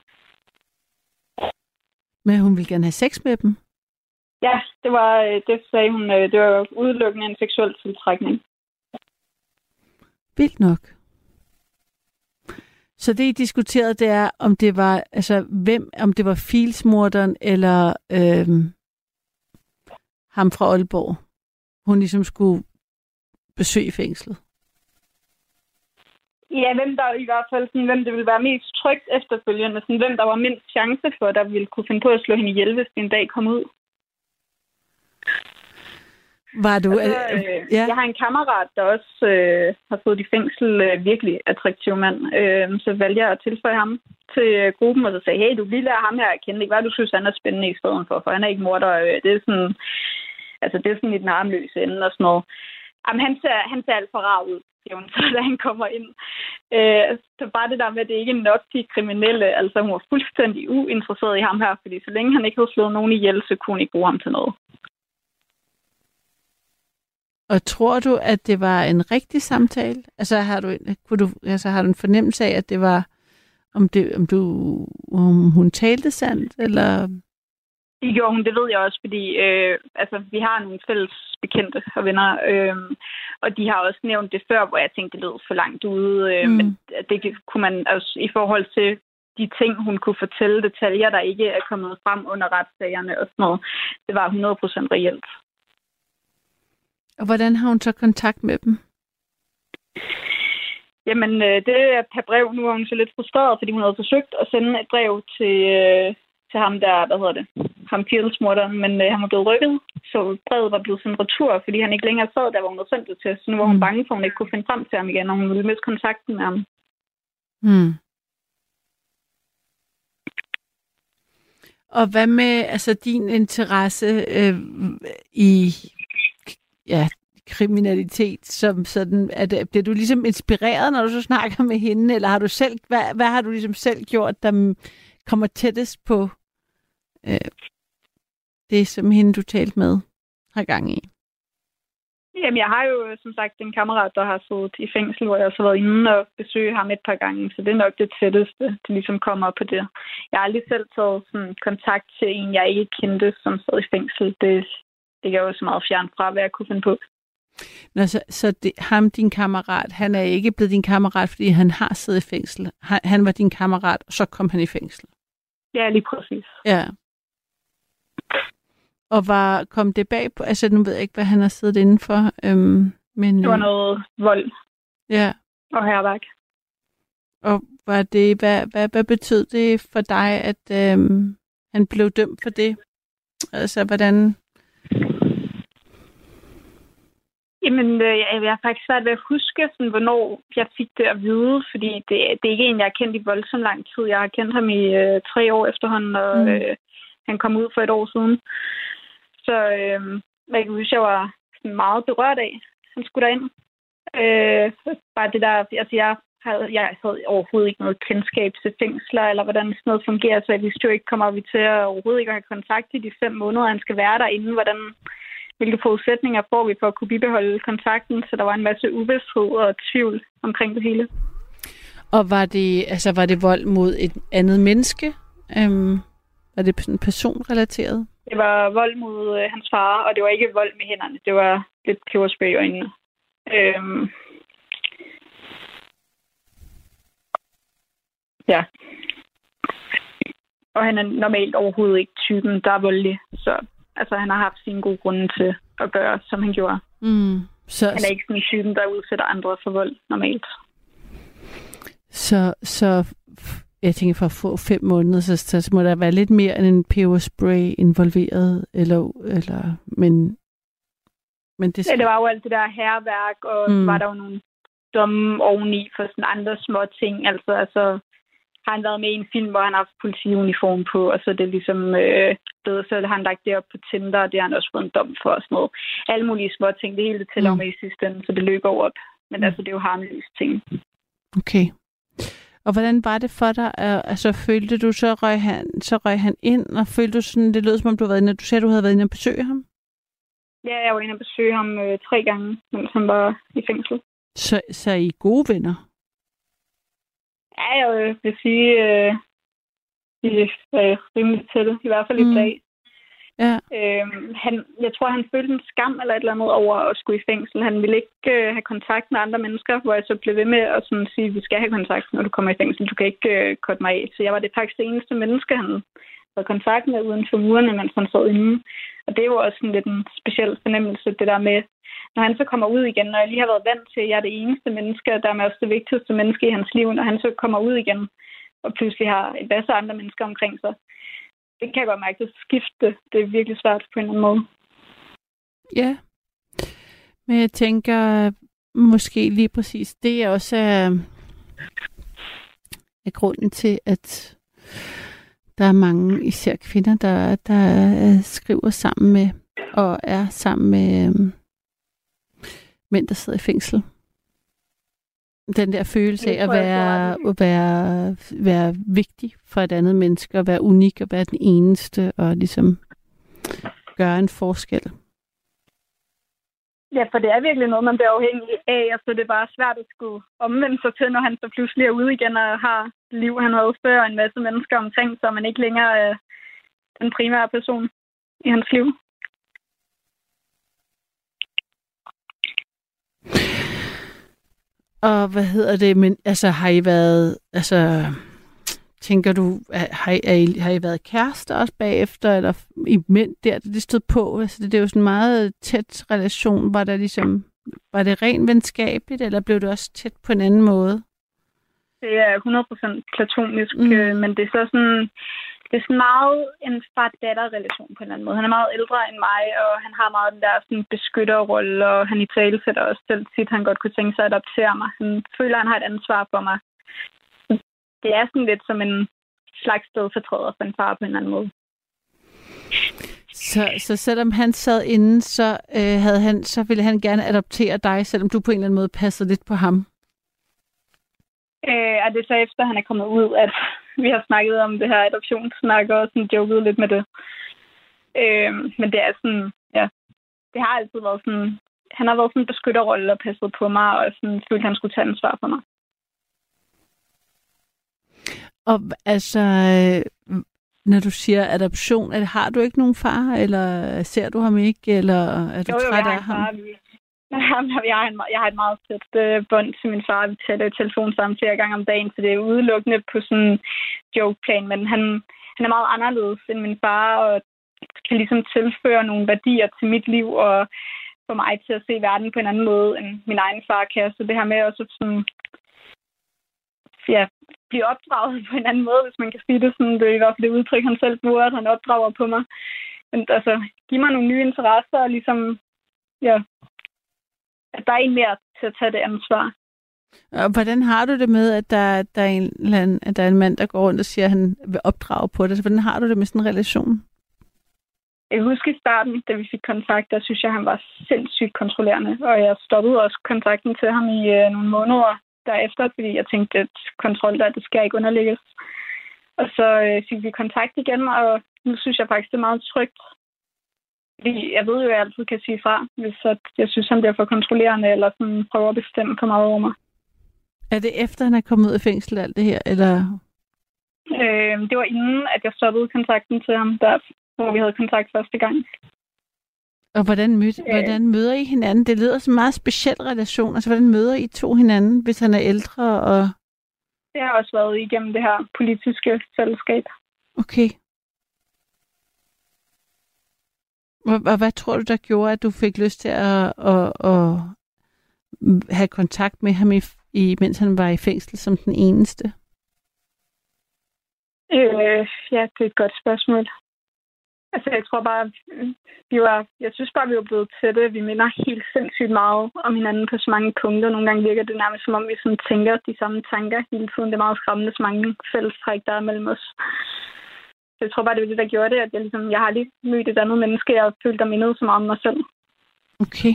Men hun ville gerne have sex med dem? Ja, det var, det sagde hun, det var udelukkende en seksuel tiltrækning. Vildt nok. Så det, I diskuterede, det er, om det var, altså, hvem, om det var Fields-morderen eller øhm, ham fra Aalborg, hun ligesom skulle besøge fængslet. Ja, hvem der i hvert fald, sådan, hvem det ville være mest trygt efterfølgende, sådan, hvem der var mindst chance for, der ville kunne finde på at slå hende ihjel, hvis det en dag kom ud. Var du... Altså, øh, ja. Jeg har en kammerat, der også øh, har fået i fængsel, øh, virkelig attraktiv mand. Øh, så valgte jeg at tilføje ham til øh, gruppen, og så sagde, hey, du vil lige lære ham her at kende. Ikke hvad du synes, han er spændende i stedet for, for han er ikke morder. Øh, det er sådan, altså, det er sådan lidt en armløs ende og sådan noget. Jamen, han ser, han ser alt for rar ud, så da han kommer ind. Øh, så bare det der med, at det ikke er nok de kriminelle. Altså, hun var fuldstændig uinteresseret i ham her, fordi så længe han ikke havde slået nogen ihjel, så kunne hun ikke bruge ham til noget. Og tror du, at det var en rigtig samtale? Altså har du, kunne du, altså, har du en fornemmelse af, at det var, om, det, om, du, om hun talte sandt, eller? Det gjorde hun, det ved jeg også, fordi øh, altså, vi har nogle fælles bekendte og venner, øh, og de har også nævnt det før, hvor jeg tænkte, det lød for langt ude, øh, mm. men det kunne man også i forhold til de ting, hun kunne fortælle, detaljer, der ikke er kommet frem under retssagerne og sådan noget, det var hundrede procent reelt. Og hvordan har hun så kontakt med dem? Jamen, det er per brev. Nu er hun så lidt frustreret, fordi hun havde forsøgt at sende et brev til, til ham der, hvad hedder det, ham Fields-morderen, men øh, han var blevet rykket, så brevet var blevet sendt retur, fordi han ikke længere sad der, hvor hun havde sendt det til. Så nu var hun bange for, at hun ikke kunne finde frem til ham igen, og hun ville miste kontakten med ham. Hmm. Og hvad med altså din interesse øh, i ja, kriminalitet, som sådan, er det, bliver du ligesom inspireret, når du så snakker med hende, eller har du selv, hvad, hvad har du ligesom selv gjort, der kommer tættest på øh, det, som hende, du talte med, har gang i? Jamen, jeg har jo som sagt en kammerat, der har siddet i fængsel, hvor jeg også har været inde og besøge ham et par gange, så det er nok det tætteste, det ligesom kommer på det. Jeg har aldrig selv taget sådan, kontakt til en, jeg ikke kendte, som sad i fængsel. Det Det er jo så meget fjern fra, hvad jeg kunne finde på. Nå, så så det, ham, din kammerat, han er ikke blevet din kammerat, fordi han har siddet i fængsel. Han, han var din kammerat, og så kom han i fængsel. Ja, lige præcis. Ja. Og var, kom det bag på, altså nu ved jeg ikke, hvad han har siddet indenfor, øhm, men... Det var noget vold. Ja. Og hærværk. Og var det, hvad, hvad, hvad betød det for dig, at øhm, han blev dømt for det? Altså, hvordan... Jamen, øh, jeg har faktisk svært ved at huske, sådan, hvornår jeg fik det at vide, fordi det, det er ikke en, jeg har kendt i voldsomt lang tid. Jeg har kendt ham i øh, tre år efterhånden, og mm. øh, han kom ud for et år siden. Så øh, jeg kan huske, jeg var sådan meget berørt af, han skulle derind. Øh, bare det der, altså jeg havde, jeg havde overhovedet ikke noget kendskab til fængsler, eller hvordan sådan noget fungerer, så jeg vidste jo ikke, kommer vi til at overhovedet ikke at have kontakt i de fem måneder, han skal være derinde, hvordan... Hvilke forudsætninger får vi for at kunne bibeholde kontakten, så der var en masse uvidsthed og tvivl omkring det hele. Og var det, altså, var det vold mod et andet menneske? Øhm, var det sådan personrelateret? Det var vold mod øh, hans far, og det var ikke vold med hænderne. Det var lidt peberspray i øjnene. Øhm. Ja. Og han er normalt overhovedet ikke typen, der er voldelig, så... Altså, han har haft sine gode grunde til at gøre, som han gjorde. Mm, så, han er ikke sådan en typen, der udsætter andre for vold normalt. Så, så jeg tænker, for at få fem måneder, så, så må der være lidt mere end en peberspray involveret, eller, eller men, men det... Ja, det var jo alt det der hærværk, og mm. var der jo nogle domme oveni for sådan andre små ting. Altså, altså har han været med i en film, hvor han har haft politiuniform på, og så er det ligesom... Øh, så har han lagt det op på Tinder, og det har han også fået en dom for og sådan noget. Alle mulige små ting, det hele det tæller mm. med i sidste ende, så det løber op. Men mm. altså, det er jo harmløse ting. Okay. Og hvordan var det for dig? Altså, følte du, så røg han, så røg han ind, og følte du sådan, det lød som om du havde været inde, du sagde, du havde været inde og besøge ham? Ja, jeg var inde og besøge ham øh, tre gange, mens han var i fængsel. Så, så er I gode venner? Ja, jeg vil sige... Øh, Vi er rimelig tætte, i hvert fald i dag. Ja. Øhm, han, jeg tror, han følte en skam eller et eller andet over at skulle i fængsel. Han ville ikke øh, have kontakt med andre mennesker, hvor jeg så blev ved med at sådan sige, at vi skal have kontakt, når du kommer i fængsel. Du kan ikke øh, korte mig af. Så jeg var det faktisk det eneste menneske, han havde kontakt med uden for murene, mens han sad inde. Og det var også sådan lidt en speciel fornemmelse, det der med, når han så kommer ud igen, når jeg lige har været vant til, at jeg er det eneste menneske, og dermed også det vigtigste menneske i hans liv, når han så kommer ud igen, og pludselig har en masse andre mennesker omkring sig. Det kan jeg godt mærke, det skifte. Det er virkelig svært på en eller anden måde. Ja. Men jeg tænker, måske lige præcis, det er også er, er grunden til, at der er mange, især kvinder, der, der skriver sammen med, og er sammen med øhm, mænd, der sidder i fængsel. Den der følelse af at være, at være, være vigtig for et andet menneske, at være unik, og være den eneste, og ligesom gøre en forskel. Ja, for det er virkelig noget, man bliver afhængig af, og så er det bare svært at skulle omvende sig til, når han så pludselig er ude igen og har liv, han havde før, en masse mennesker omkring, så man ikke længere er den primære person i hans liv. Og hvad hedder det, men altså har I været, altså tænker du, har I, er I, har I været kærester også bagefter, eller i mænd der, det stod på, altså det, det er jo sådan en meget tæt relation, var der ligesom, var det rent venskabeligt, eller blev det også tæt på en anden måde? Det er hundrede procent platonisk, mm. men det er så sådan, det er sådan meget en far-datter-relation på en eller anden måde. Han er meget ældre end mig, og han har meget den der sådan beskytterrolle, og han i tale sætter også selv tit, han godt kunne tænke sig at adoptere mig. Han føler, at han har et ansvar for mig. Det er sådan lidt som en slags stedfortræder for en far på en eller anden måde. Så, så selvom han sad inde, så, øh, havde han, så ville han gerne adoptere dig, selvom du på en eller anden måde passede lidt på ham? Øh, og det er så efter, han er kommet ud, at vi har snakket om det her adoptionssnak og sådan joket lidt med det. Øh, men det er sådan, ja, det har altid været sådan, han har været sådan en beskytterrolle og passet på mig, og sådan følte, at han skulle tage ansvar for mig. Og altså, når du siger adoption, er, har du ikke nogen far, eller ser du ham ikke, eller er du jo, træt jo, af ham? Jeg har, en, jeg har et meget tæt øh, bånd til min far. Vi taler i telefon sammen flere gange om dagen, så det er udelukkende på sådan en joke-plan. Men han, han er meget anderledes end min far, og kan ligesom tilføre nogle værdier til mit liv, og få mig til at se verden på en anden måde, end min egen far kan. Så det her med også sådan, ja, blive opdraget på en anden måde, hvis man kan sige det sådan. Det er i hvert fald det udtryk, han selv bruger, at han opdrager på mig. Men altså, giv mig nogle nye interesser, og ligesom, ja, at der er en mere til at tage det ansvar. Og hvordan har du det med, at der, der, er en, eller anden, at der er en mand, der går rundt og siger, at han vil opdrage på det? Så hvordan har du det med sådan en relation? Jeg husker i starten, da vi fik kontakt, der synes jeg, han var sindssygt kontrollerende. Og jeg stoppede også kontakten til ham i øh, nogle måneder derefter, fordi jeg tænkte, at kontrol der, det skal ikke underlægges. Og så øh, fik vi kontakt igen, og nu synes jeg faktisk, det er meget trygt. Fordi jeg ved jo, at jeg altid kan sige fra, hvis jeg synes, han bliver for kontrollerende, eller sådan prøver at bestemme for meget over mig. Er det efter, han er kommet ud af fængsel, alt det her, eller? Øh, det var inden, at jeg stoppede kontakten til ham, der, hvor vi havde kontakt første gang. Og hvordan, mød, øh. hvordan møder I hinanden? Det lyder som en meget speciel relation. Altså, hvordan møder I to hinanden, hvis han er ældre? Og... Det har også været igennem det her politiske fællesskab. Okay. Og hvad tror du, der gjorde, at du fik lyst til at, at, at have kontakt med ham, i, i, mens han var i fængsel som den eneste? Øh, ja, det er et godt spørgsmål. Altså, jeg tror bare, vi var, jeg synes bare, vi var blevet tætte. Vi minder helt sindssygt meget om hinanden på så mange punkter. Nogle gange virker det nærmest, som om vi sådan tænker de samme tanker hele tiden. Det er meget skræmmende, så mange fællestræk, der er mellem os. Så jeg tror bare, det var det, der gjorde det, at jeg, ligesom, jeg har lige mødt et andet menneske, jeg følte, der mindede så meget om mig selv. Okay.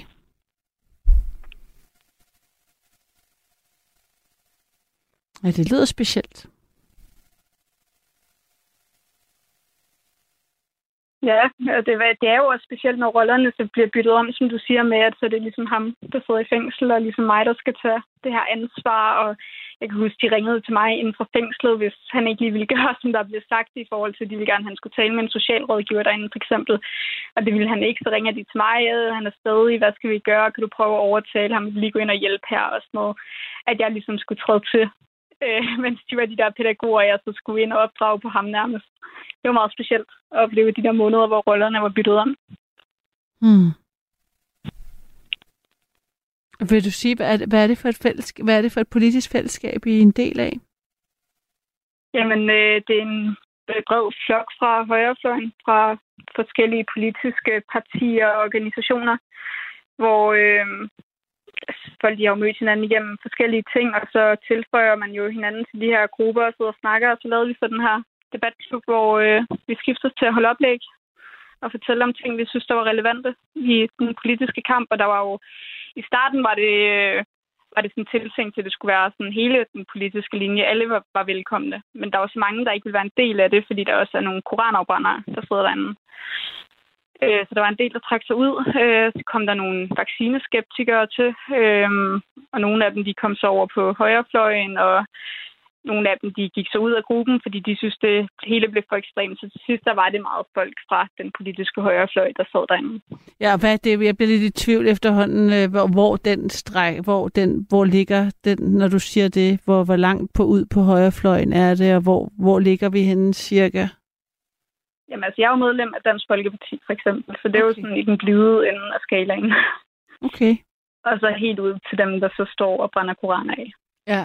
Ja, det lyder specielt. Ja, og det, det er jo også specielt, når rollerne så bliver byttet om, som du siger med, at så det er ligesom ham, der sidder i fængsel, og ligesom mig, der skal tage det her ansvar. Og jeg kan huske, de ringede til mig inden for fængslet, hvis han ikke lige ville gøre, som der blev sagt, i forhold til, at de ville gerne, at han skulle tale med en socialrådgiver derinde, for eksempel. Og det ville han ikke, så ringer de til mig, han er stadig, hvad skal vi gøre, kan du prøve at overtale ham, lige gå ind og hjælpe her, og sådan noget. At jeg ligesom skulle træde til, øh, mens de var de der pædagoger, jeg så skulle ind og opdrage på ham nærmest. Det var meget specielt at opleve de der måneder, hvor rollerne var byttet om. Hmm. Vil du sige, hvad er, det, hvad, er det for et fællesskab, hvad er det for et politisk fællesskab, I er en del af? Jamen, øh, det er en bred flok fra højrefløjen, fra forskellige politiske partier og organisationer, hvor øh, folk de har jo mødt hinanden igennem forskellige ting, og så tilføjer man jo hinanden til de her grupper og sidder og snakker, og så lavede vi så den her debatklub, hvor øh, vi skiftes til at holde oplæg og fortælle om ting, vi synes, der var relevante i den politiske kamp. Og der var jo, i starten var det, øh, var det sådan tiltænkt til, at det skulle være sådan hele den politiske linje. Alle var, var velkomne. Men der var så mange, der ikke ville være en del af det, fordi der også er nogle koranafbrændere, der sidder derinde. Øh, så der var en del, der trak sig ud. Øh, så kom der nogle vaccineskeptikere til, øh, og nogle af dem, de kom så over på højrefløjen, og nogle af dem, de gik så ud af gruppen, fordi de synes, det hele blev for ekstremt. Så til sidst, der var det meget folk fra den politiske højrefløj, der sad derinde. Ja, og hvad er det? Jeg bliver lidt i tvivl efterhånden, hvor, hvor den streg, hvor, den, hvor ligger den, når du siger det, hvor, hvor langt på ud på højrefløjen er det, og hvor, hvor ligger vi henne cirka? Jamen altså, jeg er jo medlem af Dansk Folkeparti, for eksempel, så det er okay. Jo sådan i den blide ende af skalaen. Okay. Og så helt ud til dem, der så står og brænder koraner af. Ja.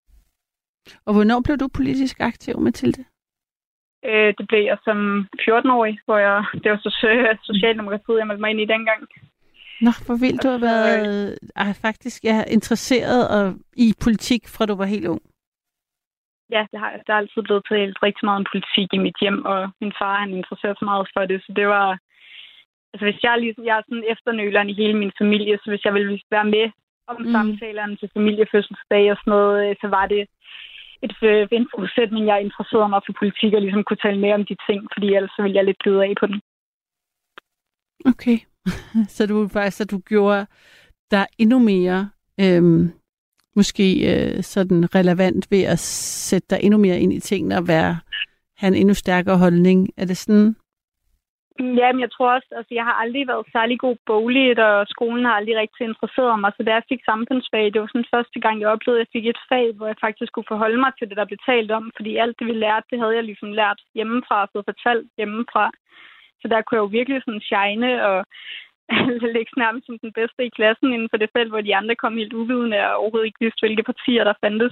Og hvornår blev du politisk aktiv, Mathilde? Øh, det blev jeg som fjorten-årig, hvor jeg, det var så Socialdemokratiet, jeg meldte mig ind i dengang. Nå, hvor vildt du har været øh, faktisk ja, interesseret og, i politik, fra du var helt ung. Ja, det har jeg. Der er altid blevet talt rigtig meget om politik i mit hjem, og min far, han interesserede sig meget for det, så det var... Altså, hvis jeg, ligesom, jeg er sådan efternøleren i hele min familie, så hvis jeg ville være med om mm. samtalerne til familiefødselsdag og sådan noget, så var det et, en forudsætning, jeg interesserede mig for politik, og ligesom kunne tale mere om de ting, fordi ellers ville jeg lidt bløde af på den. Okay. Så du faktisk, at du gjorde dig endnu mere øhm, måske øh, sådan relevant ved at sætte dig endnu mere ind i tingene og være, have en endnu stærkere holdning. Er det sådan? Ja, men jeg tror også, altså jeg har aldrig været særlig god bogligt, og skolen har aldrig rigtig interesseret mig, så da jeg fik samfundsfag, det var sådan første gang, jeg oplevede, at jeg fik et fag, hvor jeg faktisk kunne forholde mig til det, der blev talt om, fordi alt det, vi lærte, det havde jeg ligesom lært hjemmefra og fået fortalt hjemmefra. Så der kunne jeg jo virkelig sådan shine og ligge nærmest som den bedste i klassen inden for det felt, hvor de andre kom helt uvidende og overhovedet ikke vidste, hvilke partier der fandtes.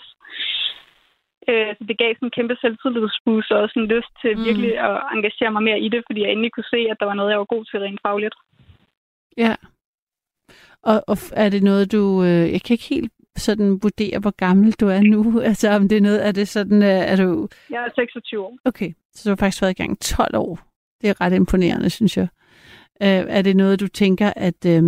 Så det gav sådan en kæmpe selvtillidsboost og også en lyst til mm. virkelig at engagere mig mere i det, fordi jeg endelig kunne se, at der var noget, jeg var god til rent fagligt. Ja. Og, og er det noget, du... Øh, jeg kan ikke helt sådan vurdere, hvor gammel du er nu. Altså om det er noget... Er det sådan... Er du... Jeg er seksogtyve år. Okay, så du har faktisk været i gang tolv år. Det er ret imponerende, synes jeg. Øh, er det noget, du tænker, at... Øh,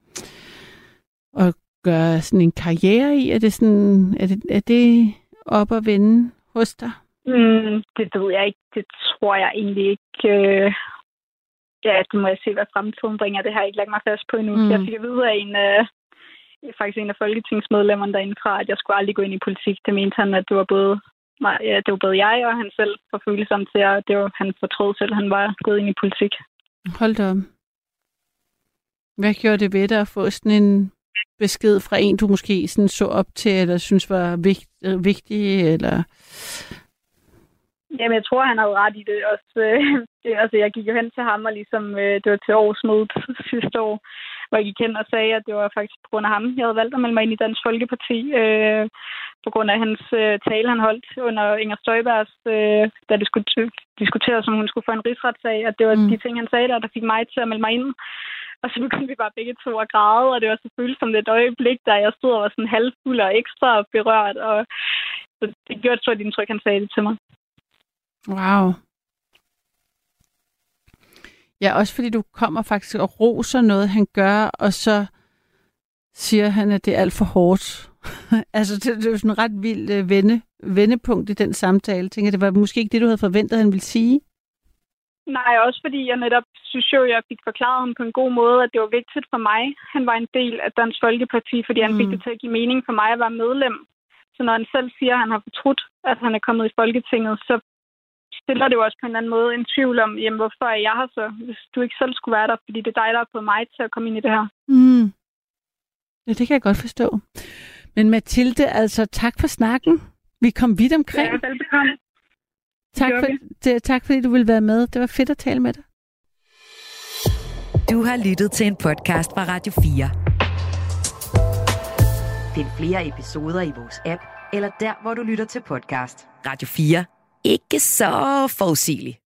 at gøre sådan en karriere i? Er det sådan... Er det... Er det op og vende hos dig? Mm, det ved jeg ikke. Det tror jeg egentlig ikke. Øh, ja, det må jeg se, hvad fremtiden bringer. Det har jeg ikke lagt mig fast på endnu. Mm. Jeg fik at vide af en, øh, faktisk en af folketingsmedlemmerne derindefra, at jeg skulle aldrig gå ind i politik. Det mente han, at det var både, ja, det var både jeg og han selv for følelsen til, at det var, han fortrød selv, at han var gået ind i politik. Hold da op. Hvad gjorde det ved dig at få sådan en besked fra en, du måske sådan så op til, eller synes var vigt, vigtig, eller... Jamen, jeg tror, han havde ret i det også. Øh, altså, jeg gik jo hen til ham, og ligesom, øh, det var til årsmødet sidste år, hvor jeg gik hen og sagde, at det var faktisk på grund af ham. Jeg havde valgt at melde mig ind i Dansk Folkeparti, øh, på grund af hans øh, tale, han holdt under Inger Støjbergs, øh, da det skulle diskuteres, om hun skulle få en rigsretssag, at det var mm. de ting, han sagde der, der fik mig til at melde mig ind. Og så begyndte vi bare begge to at græde, og det var så føles som et øjeblik, der jeg stod og var sådan halvfuld og ekstra berørt, og så det gjorde et stort indtryk, han sagde det til mig. Wow. Ja, også fordi du kommer faktisk og roser noget, han gør, og så siger han, at det er alt for hårdt. Altså, det, det er jo sådan en ret vild uh, vende, vendepunkt i den samtale. Jeg tænker, det var måske ikke det, du havde forventet, han ville sige? Nej, også fordi jeg netop synes jo, jeg fik forklaret ham på en god måde, at det var vigtigt for mig. Han var en del af Dansk Folkeparti, fordi han mm. fik det til at give mening for mig at være medlem. Så når han selv siger, at han har fortrudt, at han er kommet i Folketinget, så stiller det jo også på en eller anden måde en tvivl om, jamen, hvorfor er jeg her så, hvis du ikke selv skulle være der, fordi det er dig, der har fået mig til at komme ind i det her. Mm. Ja, det kan jeg godt forstå. Men Mathilde, altså tak for snakken. Vi kom vidt omkring. Ja, velbekomme. Tak, for, det, tak fordi du ville være med. Det var fedt at tale med dig. Du har lyttet til en podcast fra Radio fire. Find flere episoder i vores app, eller der, hvor du lytter til podcast. Radio fire. Ikke så forudsigeligt.